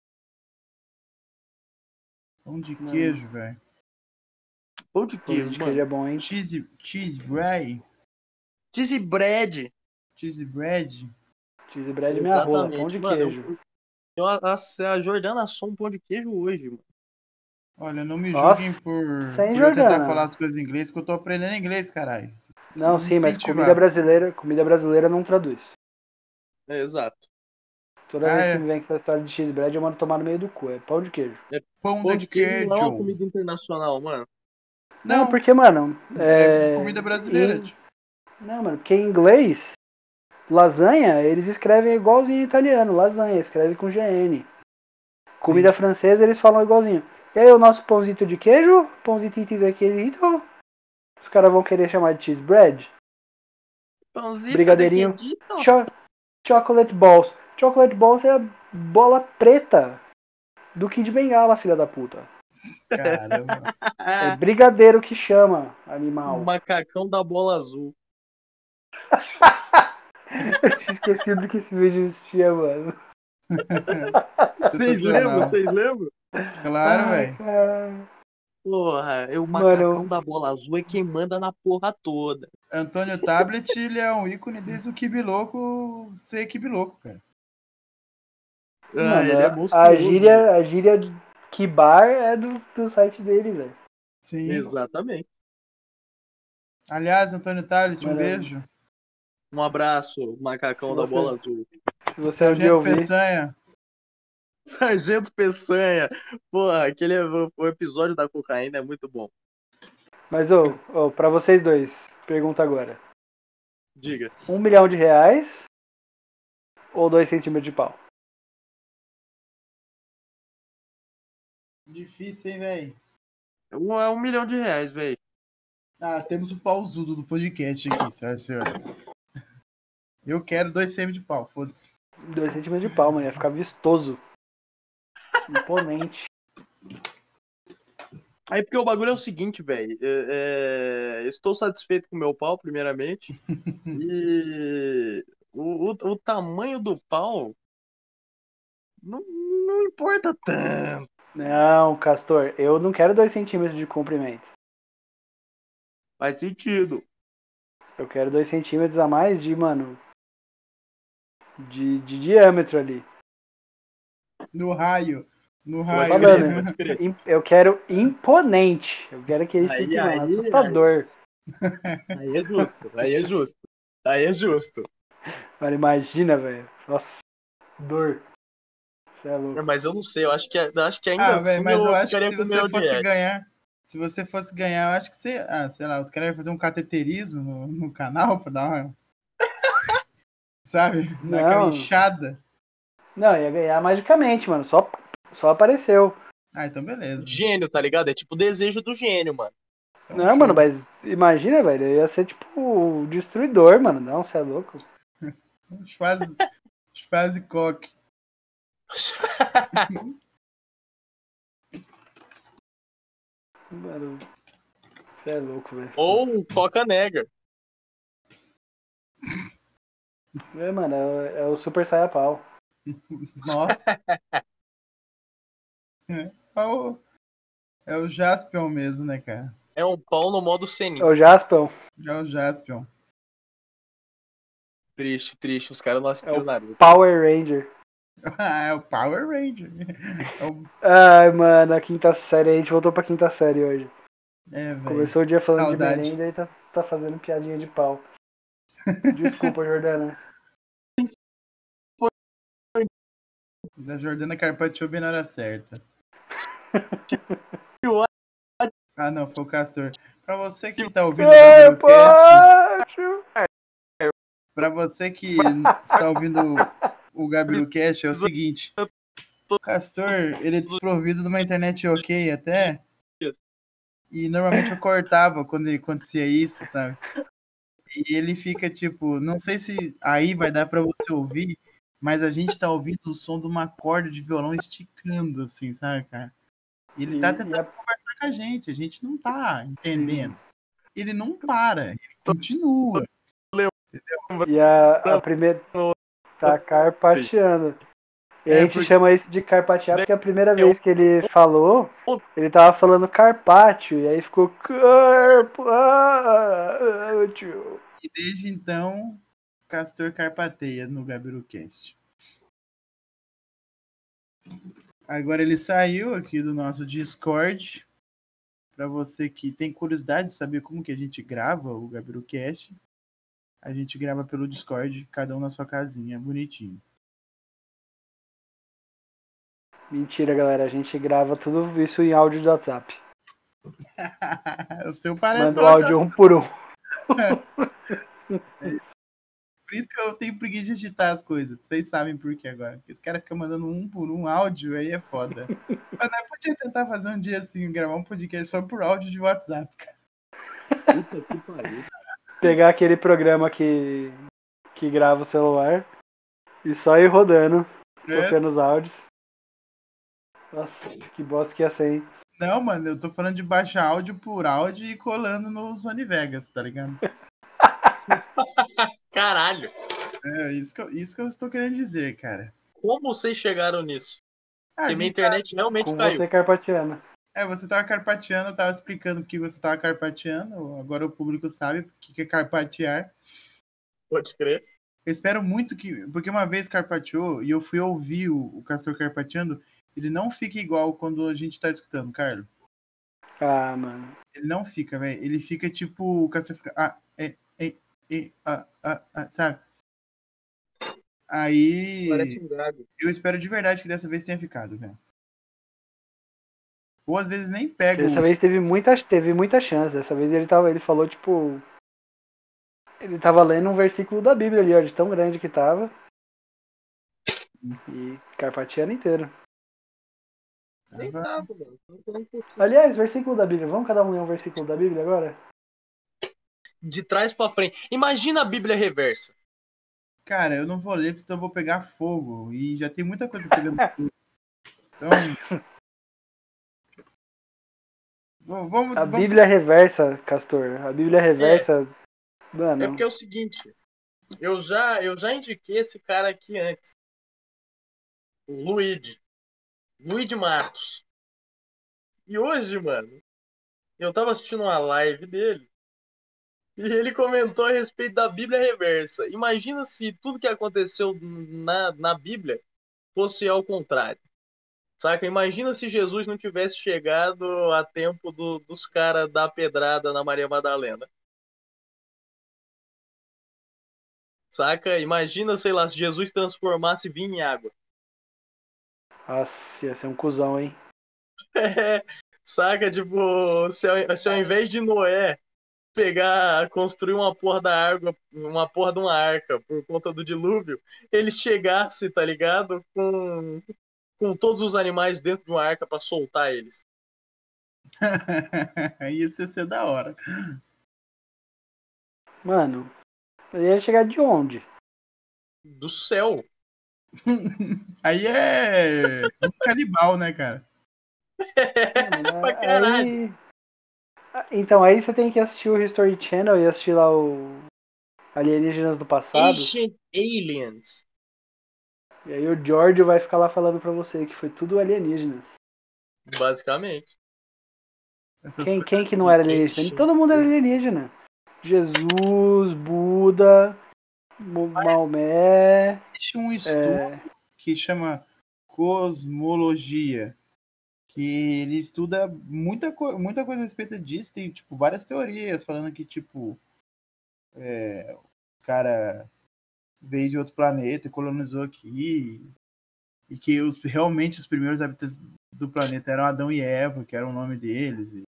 Pão de Mano, queijo, velho. Pão de pãozinho queijo, de queijo é mano. bom, hein? Cheese bread. Cheese bread. Cheese bread. Cheese bread é minha rola, pão Exatamente. de Mano, queijo. a Jordana assou um pão de queijo hoje, mano. Olha, não me Nossa, julguem sem por eu tentar Jordana. falar as coisas em inglês, que eu tô aprendendo inglês, caralho. Não, Me sim, mas incentivar. comida brasileira não traduz. É, exato. Toda Ah, vez que é. me vem com essa história de cheese bread, eu mando tomar no meio do cu. É pão de queijo. Pão Pão de de queijo não é uma queijo. comida internacional, mano. Não, Não, porque, mano, é comida brasileira. Tipo. Não, mano, porque em inglês, lasanha, eles escrevem igualzinho em italiano. Lasanha, escreve com GN. Comida Sim. francesa, eles falam igualzinho. E aí, o nosso pãozito de queijo, pãozito de queijo, os caras vão querer chamar de cheese bread. Pãozito de Brigadeirinho, queijito. chocolate balls. Chocolate balls é a bola preta do Kid Bengala, filha da puta. Caramba. É brigadeiro que chama, O animal. macacão da bola azul. Eu tinha esquecido que esse vídeo existia, mano. Vocês lembram? Sensacional. Vocês lembram? Claro, Ai, velho. cara. Porra, o macacão Mano, da bola azul é quem manda na porra toda. Antônio Tablet, ele é um ícone desde o Kibiloco ser Kibiloco, cara. Ah, mano, ele é a monstruoso, mano. gíria, a gíria de Kibar é do site dele, velho. Sim. Exatamente. Aliás, Antônio Tablet, um Mano, beijo. Um abraço, se macacão da você, bola azul. se você um dia Sargento ouvir. Peçanha. Sargento Peçanha. Porra, o episódio da cocaína é muito bom. Mas, pra vocês dois, pergunta agora. Diga. R$1 milhão ou 2 centímetros de pau? Difícil, hein, velho? É R$1 milhão, velho. Ah, temos o pausudo do podcast aqui, senhoras e senhores. Eu quero 2 cm de pau, foda-se. 2 centímetros de pau, mano. Ia ficar vistoso. Imponente. Aí porque o bagulho é o seguinte, velho. Estou satisfeito com o meu pau, primeiramente. E o tamanho do pau não importa tanto. Não, Castor, eu não quero 2 centímetros de comprimento. Faz sentido. Eu quero 2 centímetros a mais de, mano, de diâmetro ali. No raio. No Tô raio. Pode crer, falando, pode crer. eu quero imponente. Eu quero que ele Aí, fique, mano, aí, assustador. aí é justo. Aí é justo. Aí é justo. Mano, imagina, velho. Nossa, dor. Você é louco. Mas eu não sei, eu acho que ainda Ah, velho, assim mas eu eu acho que ficaria se com o você meu de fosse reais. ganhar. Se você fosse ganhar, eu acho que você. Ah, sei lá, os caras iam fazer um cateterismo no canal pra dar uma. Sabe? Dar aquela Não, inchada. não, ia ganhar magicamente, mano. Só apareceu. Ah, então beleza. Gênio, tá ligado? É tipo o desejo do gênio, mano. Então Não, mano, show. mas imagina, velho. Eu ia ser tipo o destruidor, mano. Não, você é louco. Schwarzkopf. Mano, você é louco, velho. Ou Coca Nega. É, mano, é o Super Saia Pau. Nossa. É o Jaspion mesmo, né, cara? É um pau no modo É Senin. o Jaspion. Já é o Jaspion. Triste, triste. Os caras não É o assistiram Naruto. Power Ranger. Ah, é o Power Ranger. Ai, mano, a quinta série. A gente voltou pra quinta série hoje. Velho. Começou o dia falando de Saudade. merenda e tá fazendo piadinha de pau. Desculpa, Jordana. Da Jordana Carpaccio bem na hora certa. Ah, não, foi o Castor. Pra você que tá ouvindo o GabiruCast, pra você que está ouvindo o GabiruCast, é o seguinte. O Castor, ele é desprovido de uma internet ok até. E normalmente eu cortava quando acontecia isso, sabe? E ele fica tipo, não sei se aí vai dar pra você ouvir, mas a gente tá ouvindo o som de uma corda de violão esticando, assim, sabe, cara? E ele tá tentando conversar com a gente não tá entendendo. Ele não para, ele continua. E a primeira tá carpateando. E a gente porque chama isso de carpatear porque a primeira vez que ele falou, ele tava falando carpátio, e aí ficou carpátio. e desde então, Castor carpateia no GabiruCast. Agora ele saiu aqui do nosso Discord. Para você que tem curiosidade de saber como que a gente grava o GabiruCast, a gente grava pelo Discord, cada um na sua casinha, bonitinho. Mentira, galera, a gente grava tudo isso em áudio do WhatsApp. O seu parece Manda o áudio um por um. Por isso que eu tenho preguiça de digitar as coisas. Vocês sabem por que agora. Porque os caras ficam mandando um por um áudio, aí é foda. Mas nós podia tentar fazer um dia assim, gravar um podcast só por áudio de WhatsApp, cara. Puta que pariu. Pegar aquele programa que grava o celular e só ir rodando, trocando os áudios. Nossa, que bosta que ia ser, hein? Não, mano, eu tô falando de baixar áudio por áudio e colando no Sony Vegas, tá ligado? Caralho. É isso que eu estou querendo dizer, cara. Como vocês chegaram nisso? Ah, a Porque minha gente tá... internet realmente Com caiu. você carpateando. você tava carpateando, eu tava explicando porque você tava carpateando, agora o público sabe o que é carpatear. Pode crer. Eu espero muito que, porque uma vez carpateou e eu fui ouvir o Castor carpateando, ele não fica igual quando a gente tá escutando, Carlos. Ah, mano. Ele não fica, velho. Ele fica tipo, o Castor fica, sabe? Parece Aí, um gago. eu espero de verdade que dessa vez tenha ficado, velho. Ou às vezes nem pego. Dessa vez teve muita chance. Dessa vez ele falou, tipo. Ele tava lendo um versículo da Bíblia ali, ó, de tão grande que tava. E carpateando inteiro. Nem Tava... tava, mano. Tava falando um pouquinho. Aliás, versículo da Bíblia. Vamos cada um ler um versículo da Bíblia agora? De trás pra frente. Imagina a Bíblia reversa. Cara, eu não vou ler, porque senão eu vou pegar fogo. E já tem muita coisa pegando fogo. Então. Vamos. A Bíblia reversa, Castor. A Bíblia reversa. É Mano. porque é o seguinte. Eu já indiquei esse cara aqui antes. O Luigi Marcos. E hoje, mano, eu tava assistindo uma live dele e ele comentou a respeito da Bíblia reversa. Imagina se tudo que aconteceu na Bíblia fosse ao contrário. Saca? Imagina se Jesus não tivesse chegado a tempo dos caras dar pedrada na Maria Madalena. Saca? Imagina, sei lá, se Jesus transformasse vinho em água. Nossa, ia ser um cuzão, hein? É, saca? Tipo, se ao invés de Noé pegar, construir uma porra da água, uma porra de uma arca por conta do dilúvio, ele chegasse, tá ligado? Com todos os animais dentro de uma arca pra soltar eles. Isso ia ser da hora. Mano, ele ia chegar de onde? Do céu. Aí é um canibal, né, cara? Mano, Pra caralho. aí. Então, aí você tem que assistir o History Channel e assistir lá o Alienígenas do Passado. Ancient Aliens. E aí o George vai ficar lá falando pra você que foi tudo alienígenas. Basicamente. Essas Quem coisas. que não era alienígena? Todo mundo era alienígena. Jesus, Buda, Maomé. Existe um estudo que chama cosmologia, que ele estuda muita coisa a respeito disso. Tem, tipo, várias teorias falando que, tipo, o cara veio de outro planeta e colonizou aqui. E que realmente os primeiros habitantes do planeta eram Adão e Eva, que era o nome deles e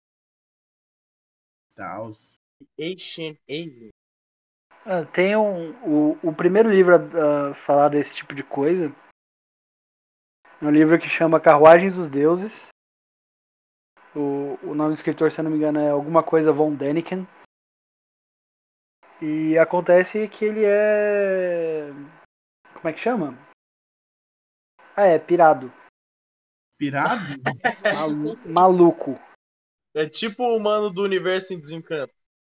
tal. Ancient Alien. Tem o primeiro livro a falar desse tipo de coisa. É um livro que chama Carruagens dos Deuses. O nome do escritor, se eu não me engano, é alguma coisa von Däniken. E acontece que ele é... Como é que chama? Pirado. Pirado? Maluco. É tipo o humano do universo em desencanto.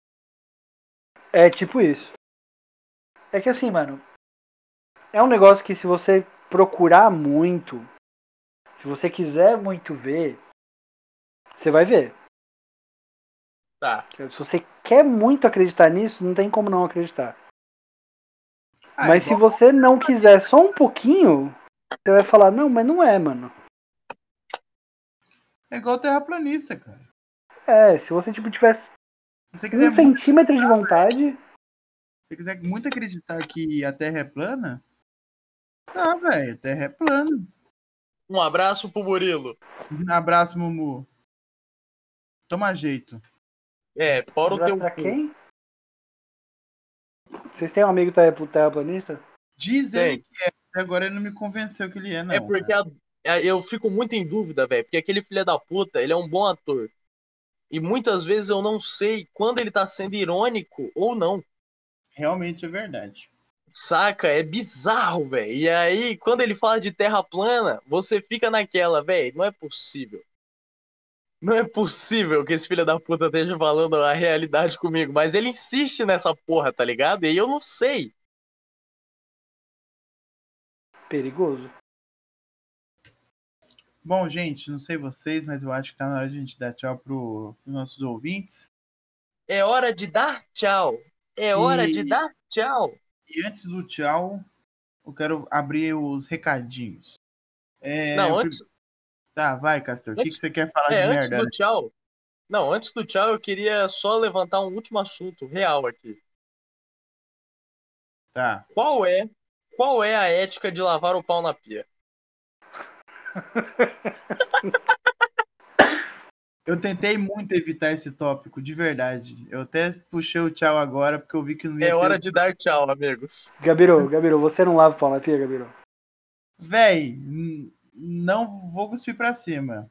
É tipo isso. É que assim, mano, é um negócio que se você procurar muito, se você quiser muito ver, você vai ver. Tá. Se você quer muito acreditar nisso, não tem como não acreditar. É Mas se igual, você não quiser só um pouquinho, você vai falar, não, mas não é, mano. é igual terraplanista, cara. Se você tipo tivesse Se você 1 quiser muito, centímetro de vontade, se você quiser muito acreditar que a Terra é plana, tá, velho, a Terra é plana. Um abraço pro Murilo. Abraço, Mumu. Toma jeito. Fora o abraço teu pra cu. quem? Vocês têm um amigo terraplanista? Diz ele Tem. que é, até agora ele não me convenceu que ele é, É não. porque eu fico muito em dúvida, velho. Porque aquele filho da puta, ele é um bom ator. E muitas vezes eu não sei quando ele tá sendo irônico ou não. Realmente é verdade. Saca? É bizarro, velho. E aí, quando ele fala de terra plana, você fica naquela, velho, não é possível. Não é possível que esse filho da puta esteja falando a realidade comigo. Mas ele insiste nessa porra, tá ligado? E eu não sei. Perigoso. Bom, gente, não sei vocês, mas eu acho que tá na hora de a gente dar tchau pros nossos ouvintes. É hora de dar tchau. É hora de E, dar tchau. e antes do tchau, eu quero abrir os recadinhos. Não, antes, Tá, vai, Castor. O que antes, você quer falar de antes merda? do tchau. Não, antes do tchau, eu queria só levantar um último assunto real aqui. Tá. Qual é a ética de lavar o pau na pia? Eu tentei muito evitar esse tópico, de verdade. Eu até puxei o tchau agora, porque eu vi que não ia É ter hora de opção. dar tchau, amigos. Gabiru, você não lava o pau na pia, Gabiru? Véi, não vou cuspir pra cima.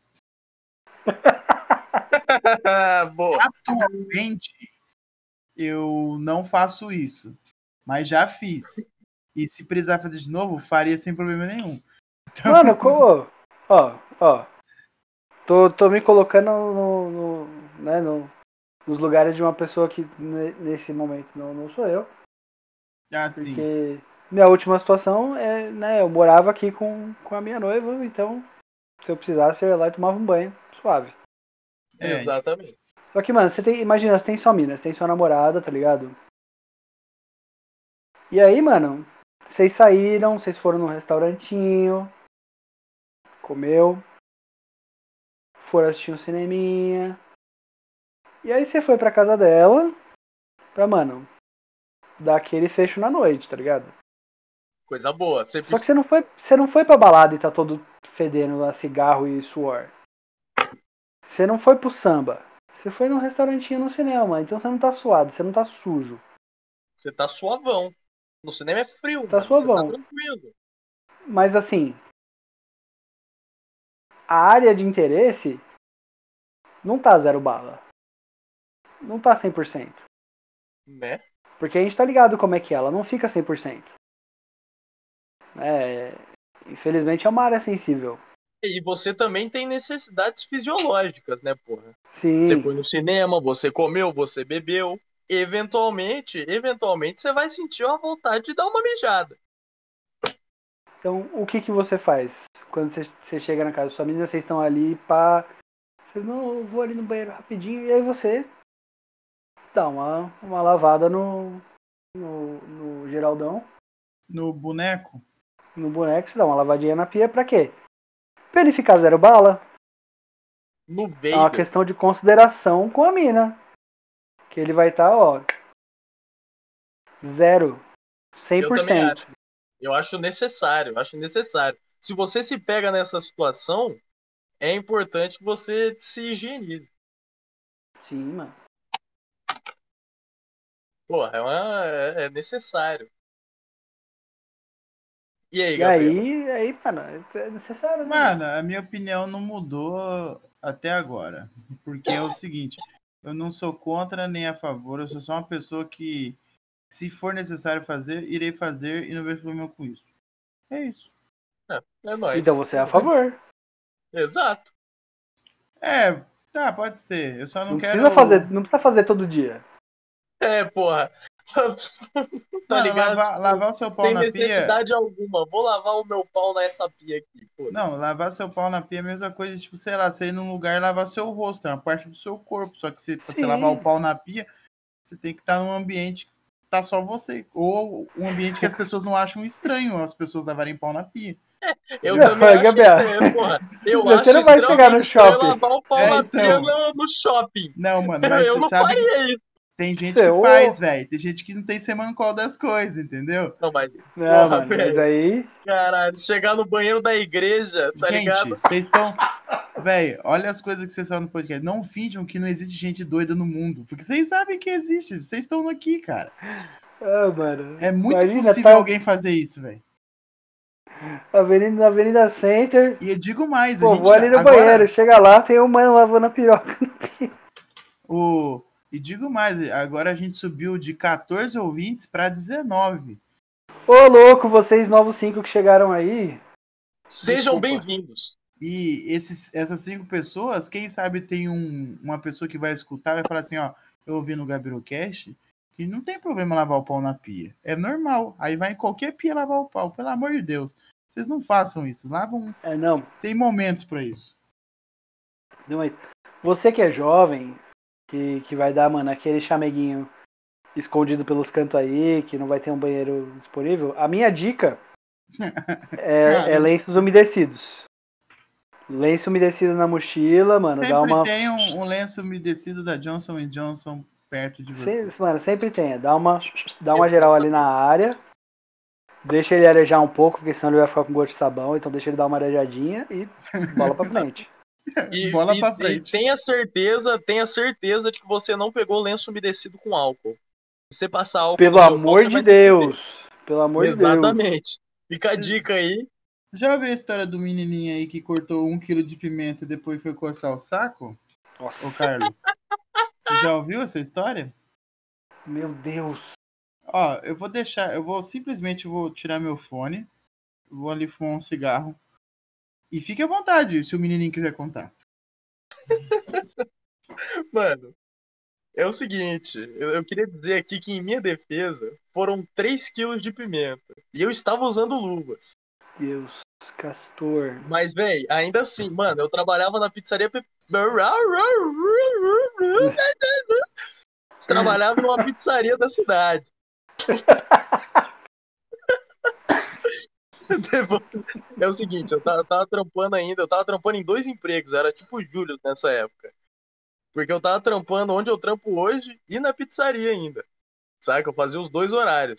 Boa. Atualmente, eu não faço isso, mas já fiz. E se precisar fazer de novo, faria sem problema nenhum. Então, Mano, ó. Tô me colocando né, nos lugares de uma pessoa que nesse momento não sou eu. assim, Porque minha última situação né, eu morava aqui com a minha noiva, então se eu precisasse eu ia lá e tomava um banho suave. é, Exatamente. Só que, mano, imagina, você tem sua mina, você tem sua namorada, tá ligado? E aí, mano, vocês saíram, vocês foram num restaurantinho, comeu, foram assistir um cineminha. E aí você foi pra casa dela pra, mano, dar aquele fecho na noite, tá ligado? Coisa boa. Só que você não foi pra balada e tá todo fedendo a cigarro e suor. Você não foi pro samba. Você foi num restaurantinho no cinema, então você não tá suado, você não tá sujo. Você tá suavão. No cinema é frio, Você tá mano. Você tá suavão. tranquilo. Mas assim, a área de interesse não tá zero bala. Não tá 100%. Né? Porque a gente tá ligado como é que é, ela não fica 100%. Infelizmente é uma área sensível. E você também tem necessidades fisiológicas, né, porra? Você Sim. foi no cinema, você comeu, você bebeu. Eventualmente você vai sentir a vontade de dar uma mijada. Então, o que você faz? Quando você chega na casa da sua menina, vocês estão ali, pá. Você, não, eu vou ali no banheiro rapidinho. E aí você dá uma lavada no Geraldão, no boneco. no boneco. Você dá uma lavadinha na pia pra quê? Pra ele ficar zero bala. No É uma Vader. questão de consideração com a mina. Que ele vai estar, ó, zero. Eu também 100%. acho. Eu acho necessário. Se você se pega nessa situação, é importante que você se higienize. Sim, mano. Pô, é necessário. E aí, E Gabriel? aí, mano, é necessário, né? Mano, a minha opinião não mudou até agora. Porque é o seguinte, eu não sou contra nem a favor, eu sou só uma pessoa que, se for necessário fazer, irei fazer e não vejo problema com isso. É isso. É Então nóis. você é a favor. Exato. É, tá, pode ser. Eu só não Não precisa fazer todo dia. É, porra. Tá Mano, ligado? Tipo, lavar o seu pau sem na pia. necessidade alguma. Vou lavar o meu pau nessa pia aqui, Não, foda-se. lavar seu pau na pia é a mesma coisa, tipo, sei lá, você ir num lugar e lavar seu rosto, é uma parte do seu corpo. Só que pra você lavar o Sim. pau na pia, você tem que estar num ambiente que tá só você. Ou um ambiente que as pessoas não acham estranho as pessoas lavarem pau na pia. Eu Entendeu? também acho Gabriel, estranho, porra. Eu você acho não vai chegar no extremamente estranho shopping. lavar o pau É, na pia então. no shopping. Não, mano, mas Eu você não sabe que faria isso. tem gente Você, que ô. faz, velho. Tem gente que não tem semancol das coisas, entendeu? Não, mas, Não, porra, mano, mas velho. aí. Caralho, chegar no banheiro da igreja, tá Gente, ligado? vocês estão. Véi, olha as coisas que vocês falam no podcast. Não finjam que não existe gente doida no mundo. Porque vocês sabem que existe. Vocês estão aqui, cara. Ah, mano. É muito Imagina, possível tá alguém fazer isso, velho. na Avenida Center. E eu digo mais, a Pô, vou gente ali no banheiro. agora. Chega lá, tem um mano lavando a piroca. O... E digo mais, agora a gente subiu de 14 ouvintes para 19. Ô, louco, vocês novos 5 que chegaram aí. Sejam Desculpa. bem-vindos. E essas 5 pessoas, quem sabe tem uma pessoa que vai escutar, vai falar assim, ó, eu ouvi no Gabirocast que não tem problema lavar o pau na pia. É normal. Aí vai em qualquer pia lavar o pau, pelo amor de Deus. Vocês não façam isso. Lavam. É, não. Tem momentos para isso. Não, mas você que é jovem, que vai dar, mano, aquele chameguinho escondido pelos cantos aí, que não vai ter um banheiro disponível, a minha dica é Cara, lenços umedecidos. Lenço umedecido na mochila, mano, dá sempre uma. tem um lenço umedecido da Johnson Johnson perto de você. Mano, sempre tem. Dá uma geral ali na área. Deixa ele arejar um pouco, porque senão ele vai ficar com gosto de sabão. Então deixa ele dar uma arejadinha e bola pra frente. Bola pra E frente. tenha certeza de que você não pegou lenço umedecido com álcool. Se você passar álcool Pelo no seu pau, amor você de vai se fuder. Deus! Pelo amor de Deus! Exatamente. Fica a dica aí. Você já ouviu a história do menininho aí que cortou 1 quilo de pimenta e depois foi coçar o saco? Nossa, Ô, Carlos, você já ouviu essa história? meu Deus! Ó, simplesmente vou tirar meu fone, vou ali fumar um cigarro e fique à vontade se o menininho quiser contar. Mano, é o seguinte. Eu queria dizer aqui que, em minha defesa, foram 3 quilos de pimenta. E eu estava usando luvas. Deus, Castor. Mas, velho, ainda assim, mano, eu trabalhava na pizzaria. Trabalhava numa pizzaria da cidade. É o seguinte, eu tava trampando ainda, eu tava trampando em 2 empregos, era tipo o Júlio nessa época. Porque eu tava trampando onde eu trampo hoje e na pizzaria ainda. Sabe? Eu fazia os 2 horários.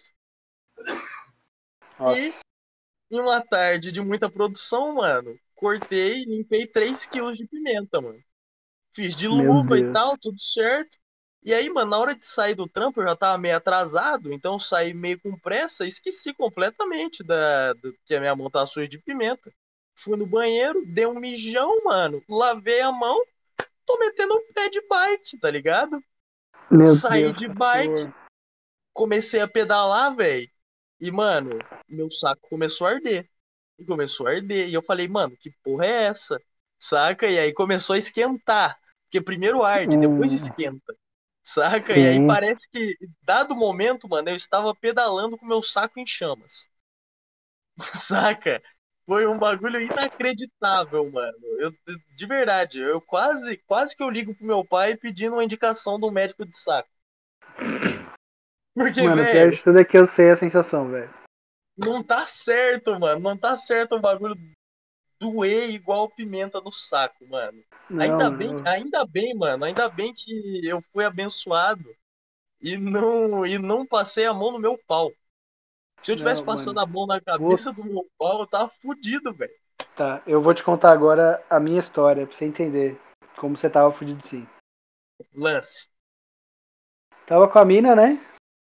E Nossa, em uma tarde de muita produção, mano, cortei e limpei 3 quilos de pimenta, mano. Fiz de meu luva e Deus. tal, tudo certo. E aí, mano, na hora de sair do trampo, eu já tava meio atrasado, então eu saí meio com pressa, esqueci completamente que a minha mão tava suja de pimenta. Fui no banheiro, dei um mijão, mano, lavei a mão, tô metendo o pé de bike, tá ligado? Meu Saí Deus, de bike, Castor. comecei a pedalar, velho. E, mano, meu saco começou a arder. E começou a arder. E eu falei, mano, que porra é essa? Saca? E aí começou a esquentar. Porque primeiro arde, depois esquenta. Saca? E aí Sim. parece que, dado o momento, mano, eu estava pedalando com meu saco em chamas. Saca? Foi um bagulho inacreditável, mano. De verdade, eu quase que eu ligo pro meu pai pedindo uma indicação do médico de saco. Porque, Mano, o pior velho, de tudo é que eu sei a sensação, velho. não tá certo, mano. Não tá certo o bagulho doer igual pimenta no saco, mano. Não, mano. Ainda bem, mano. Ainda bem que eu fui abençoado e não passei a mão no meu pau. Se eu tivesse Não, passando mano. a mão na Puta, cabeça do meu pau, eu tava fudido, velho. Tá, eu vou te contar agora a minha história, pra você entender como você tava fudido sim. Lance. Tava com a mina, né?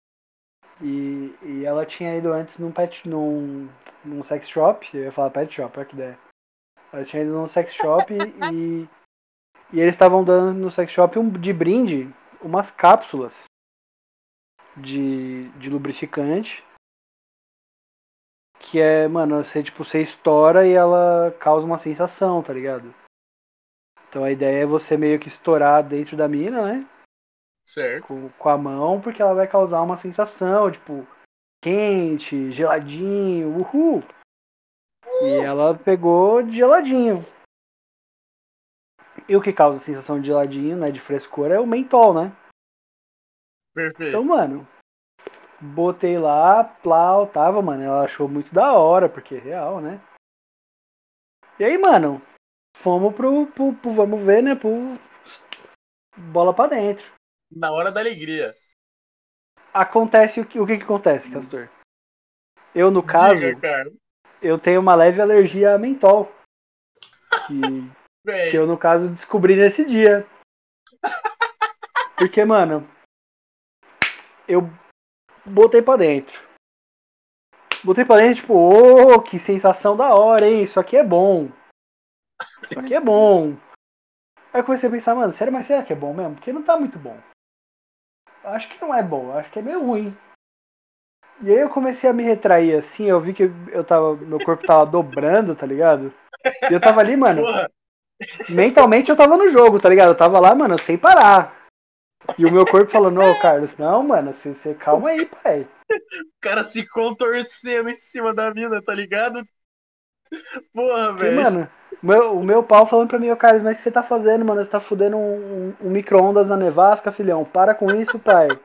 E ela tinha ido antes num sex shop, eu ia falar pet shop, olha que ideia. Ela tinha ido num sex shop e eles estavam dando no sex shop de brinde umas cápsulas de lubrificante. Que é, mano, você estoura e ela causa uma sensação, tá ligado? Então a ideia é você meio que estourar dentro da mina, né? Certo. Com a mão, porque ela vai causar uma sensação, tipo, quente, geladinho, uhul. E ela pegou de geladinho. E o que causa a sensação de geladinho, né, de frescor, é o mentol, né? Então, Perfeito. mano, botei lá, plau, tava, mano, ela achou muito da hora, porque é real, né? E aí, mano, fomos pro vamos ver, né, pro bola pra dentro. Na hora da alegria. Acontece o que acontece, Castor? Eu, no Diga, caso, cara. eu tenho uma leve alergia a mentol. Que eu, Véi. no caso, descobri nesse dia. Porque, mano, eu botei pra dentro. Botei pra dentro, tipo, ô, que sensação da hora, hein? Isso aqui é bom. Isso aqui é bom. Aí eu comecei a pensar, mano, sério, mas será que é bom mesmo? Porque não tá muito bom. Eu acho que não é bom, eu acho que é meio ruim. E aí eu comecei a me retrair assim, eu vi que meu corpo tava dobrando, tá ligado? E eu tava ali, mano, Porra. mentalmente eu tava no jogo, tá ligado? Eu tava lá, mano, sem parar. E o meu corpo falando, ô Carlos, não, mano, você calma aí, pai. O cara se contorcendo em cima da mina, tá ligado? Porra, Porque, velho. mano, o meu pau falando pra mim, ô Carlos, mas o que você tá fazendo, mano? Você tá fudendo um micro-ondas na nevasca, filhão. Para com isso, pai.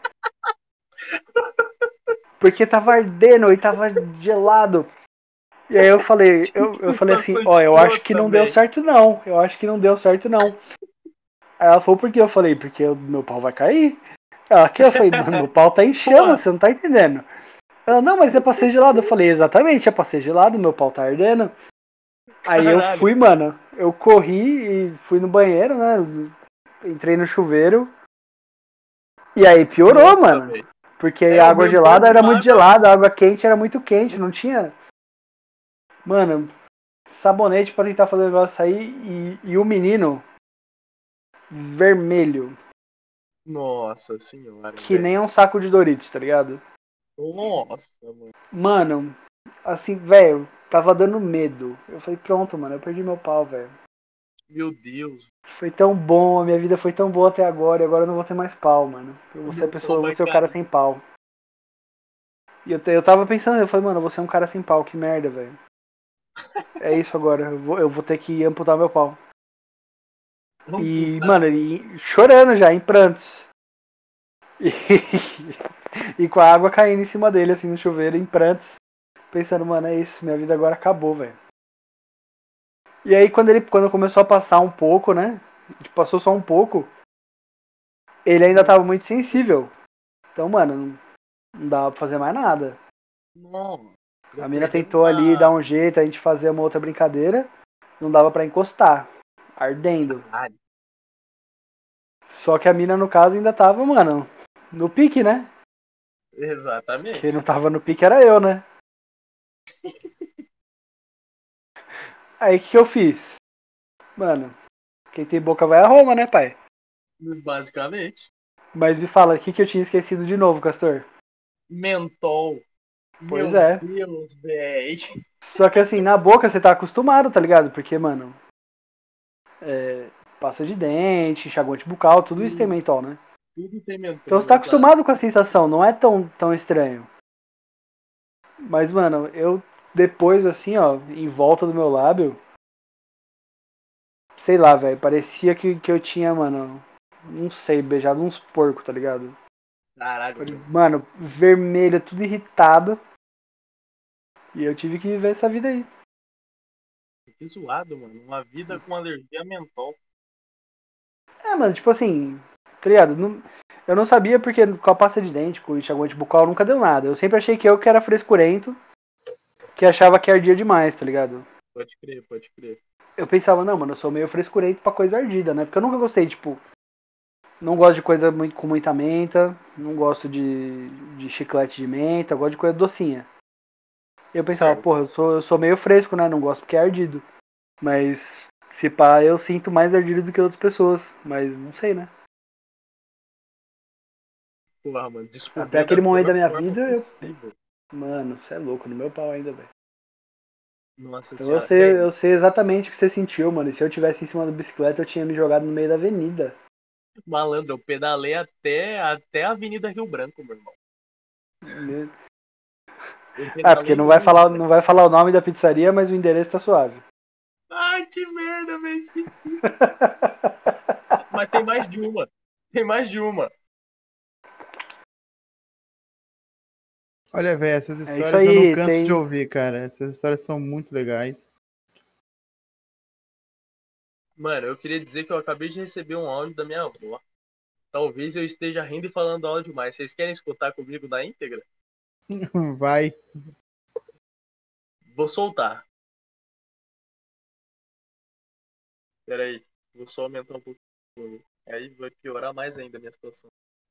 Porque tava ardendo e tava gelado. E aí eu falei assim, Sensação ó, eu acho que escrota, não deu velho. certo não. Eu acho que não deu certo não. Aí ela falou, por quê? Eu falei, porque o meu pau vai cair. Ela, que? Eu falei, mano, meu pau tá em chama, Porra. você não tá entendendo. Ela, não, mas é pra ser gelado. Eu falei, exatamente, é pra ser gelado, meu pau tá ardendo. Aí eu Caralho. fui, mano, eu corri e fui no banheiro, né? Entrei no chuveiro. E aí piorou, Nossa, mano. velho. Porque Aí a água aumentou gelada de era muito mágoa. gelada, a água quente era muito quente, não tinha. Mano, sabonete pra tentar fazer o negócio sair e o menino vermelho, Nossa senhora, que velho. nem um saco de Doritos, tá ligado? Nossa, mano. Mano, assim, velho, tava dando medo. Eu falei, pronto, mano, eu perdi meu pau, velho. Meu Deus. Foi tão bom, a minha vida foi tão boa até agora, e agora eu não vou ter mais pau, mano. Eu O vou ser a meu pau pessoa, eu vou vai ser o cara cair. sem pau. E eu tava pensando, eu falei, mano, eu vou ser um cara sem pau, que merda, velho. É isso agora, eu vou ter que amputar meu pau. E, Amputar, mano, velho. chorando já, em prantos. E, e com a água caindo em cima dele, assim, no chuveiro, em prantos. Pensando, mano, é isso, minha vida agora acabou, velho. E aí, quando começou a passar um pouco, né? Passou só um pouco, ele ainda tava muito sensível. Então, mano, não dava pra fazer mais nada. Não. A Eu mina perdeu tentou ali dar uma. um jeito, a gente fazer uma outra brincadeira. Não dava pra encostar. Ardendo. Caralho. Só que a mina, no caso, ainda tava, mano, no pique, né? Exatamente. Quem não tava no pique era eu, né? Aí o que eu fiz? Mano, quem tem boca vai a Roma, né, pai? Basicamente. Mas me fala, o que eu tinha esquecido de novo, Castor? Mentol. Pois Meu é. Deus, velho. Só que assim, na boca você tá acostumado, tá ligado? Porque, mano, é, pasta de dente, enxaguante bucal, tudo isso tem Sim, mentol, né? tudo tem Então você mentol, tá exato. acostumado com a sensação, não é tão estranho. Mas, mano, eu depois, assim, ó, em volta do meu lábio, sei lá, velho, parecia que eu tinha, mano, não sei, beijado uns porcos, tá ligado? Caralho, velho. Mano, vermelho, tudo irritado. E eu tive que viver essa vida aí. Que zoado, mano. Uma vida com alergia a mentol. É, mano, tipo assim, tá ligado? Eu não sabia porque com a pasta de dente, com o enxaguante bucal, nunca deu nada. Eu sempre achei que eu que era frescurento, que achava que ardia demais, tá ligado? Pode crer, pode crer. Eu pensava, não, mano, eu sou meio frescurento pra coisa ardida, né? Porque eu nunca gostei, tipo, não gosto de coisa muito, com muita menta, não gosto de chiclete de menta, eu gosto de coisa docinha. Eu pensava, Certo. porra, eu sou meio fresco, né? Não gosto porque é ardido. Mas, se pá, eu sinto mais ardido do que outras pessoas. Mas não sei, né? Porra, mano, Até descobrir da aquele momento pior da minha forma vida, possível. mano, você é louco, no meu pau ainda, velho. Nossa Então eu senhora. sei, Velho, eu sei exatamente o que você sentiu, mano. E se eu tivesse em cima da bicicleta, eu tinha me jogado no meio da avenida. malandro, eu pedalei até a Avenida Rio Branco, meu irmão. Me- Eu Ah, porque pedalei longe, velho. não vai falar o nome da pizzaria, mas o endereço tá suave. Ai, que merda, velho. Mas tem mais de uma. Tem mais de uma. Olha, velho, essas É isso histórias eu não aí, canso de tem. ouvir, cara. Essas histórias são muito legais. Mano, eu queria dizer que eu acabei de receber um áudio da minha avó. Talvez eu esteja rindo e falando áudio demais. Vocês querem escutar comigo na íntegra? Vai. Vou soltar. Pera aí. Vou só aumentar um pouco. Aí vai piorar mais ainda a minha situação.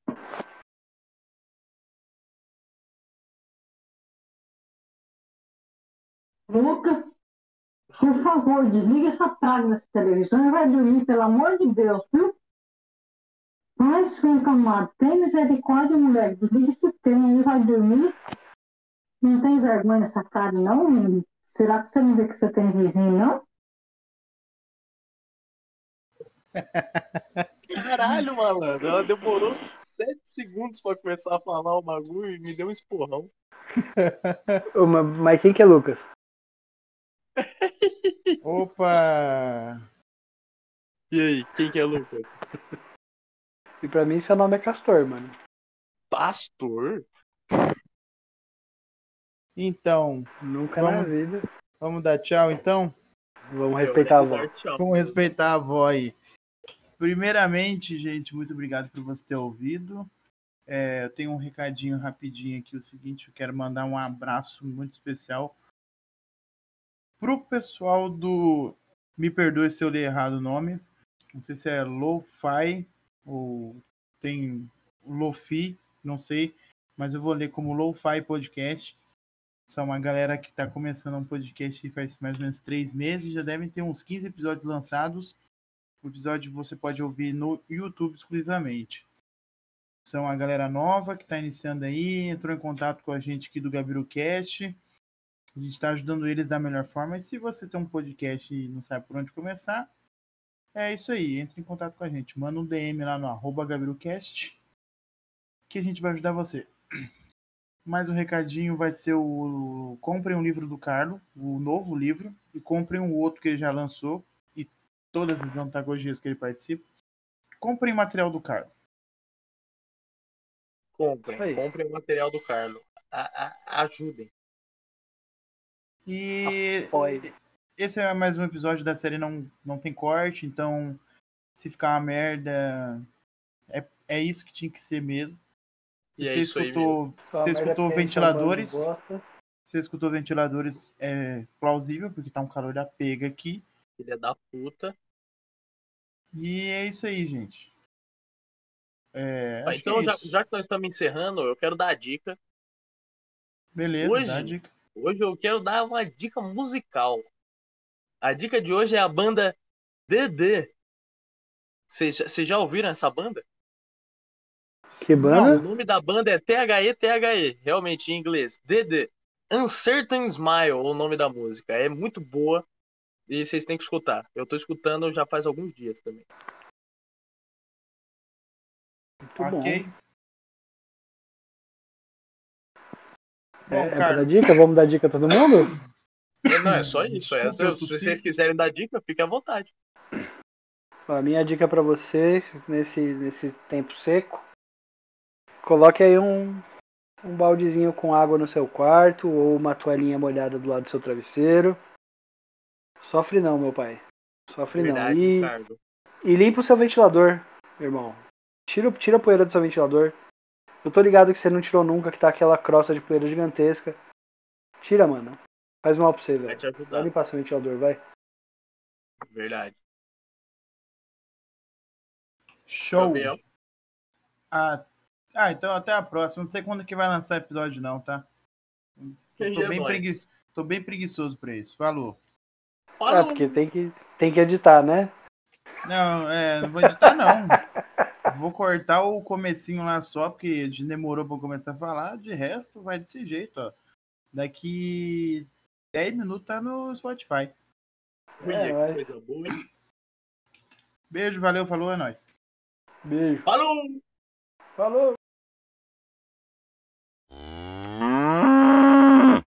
Lucas, por favor, desliga essa praga dessa televisão e vai dormir, pelo amor de Deus, viu? Ai, seu encamado, tem misericórdia, mulher. Desliga esse trem aí, vai dormir. Não tem vergonha nessa cara, não, menino? Será que você não vê que você tem vizinho, não? Caralho, malandro. Ela demorou 7 segundos pra começar a falar o bagulho e me deu um esporrão. Ô, mas quem que é Lucas? Opa! E aí, quem que é Lucas? E pra mim seu nome é Castor, mano. Pastor? Então, Nunca na vamos, vida. vamos dar tchau, então? Vamos É hora respeitar a de avó. dar tchau. Vamos respeitar a avó aí. Primeiramente, gente, muito obrigado por você ter ouvido. Eu tenho um recadinho rapidinho aqui, o seguinte, eu quero mandar um abraço muito especial pro pessoal do... Me perdoe se eu ler errado o nome. Não sei se é Lo-Fi ou tem Lo-Fi, não sei, mas eu vou ler como Lo-Fi Podcast. São uma galera que está começando um podcast faz mais ou menos 3 meses, já devem ter uns 15 episódios lançados. O episódio você pode ouvir no YouTube exclusivamente. São a galera nova que está iniciando aí, entrou em contato com a gente aqui do GabiruCast. A gente está ajudando eles da melhor forma. E se você tem um podcast e não sabe por onde começar, é isso aí. Entre em contato com a gente. Manda um DM lá no @GabiruCast que a gente vai ajudar você. Mais um recadinho vai ser o... Comprem um livro do Carlo, o novo livro, e comprem um outro que ele já lançou, e todas as antagogias que ele participa. Comprem material do Carlo. Isso Comprem. aí. Comprem o material do Carlos. Ajudem. E Apoie. esse é mais um episódio da série Não Tem Corte, então se ficar uma merda, é isso que tinha que ser mesmo. Se E é você isso aí mesmo. escutou, se Só a você merda escutou porque a gente é um bando de ventiladores, bosta. se você escutou ventiladores, é plausível, porque tá um calor da pega aqui. Filha da puta. E é isso aí, gente. Acho que é Então, já, isso. já que nós estamos encerrando, eu quero dar a dica. Beleza, dá a Hoje, dica. hoje eu quero dar uma dica musical. A dica de hoje é a banda DD. Vocês já ouviram essa banda? Que Não. O banda? nome da banda é THE, realmente em inglês. DD. Uncertain Smile, o nome da música. É muito boa e vocês têm que escutar. Eu tô escutando já faz alguns dias também. Muito bom. Ok. Bom, É pra dar Carlos, dica? Vamos dar dica a todo mundo? Não, é só isso. desculpa, eu Se vocês tossi. quiserem dar dica, fique à vontade. A minha dica pra vocês, nesse tempo seco, coloque aí um baldezinho com água no seu quarto ou uma toalhinha molhada do lado do seu travesseiro. Sofre não, meu pai. Sofre não. Verdade, Ricardo. E limpa o seu ventilador, meu irmão. Tira a poeira do seu ventilador. Eu tô ligado que você não tirou nunca, que tá aquela crosta de poeira gigantesca. Tira, mano. Faz mal pra você, Vai velho. te Vai ajudar. limpar seu ventilador, vai. Verdade. Show. Gabriel. Então até a próxima. Não sei quando que vai lançar episódio não, tá? E Tô é bem, nóis. tô bem preguiçoso pra isso. Falou. Falou. Porque tem que editar, né? Não vou editar não. Vou cortar o comecinho lá só, porque demorou pra eu começar a falar. De resto, vai desse jeito, ó. Daqui 10 minutos tá no Spotify. Uia, que vai. coisa boa, hein? Beijo, valeu, falou, é nóis. Beijo. Falou! Falou!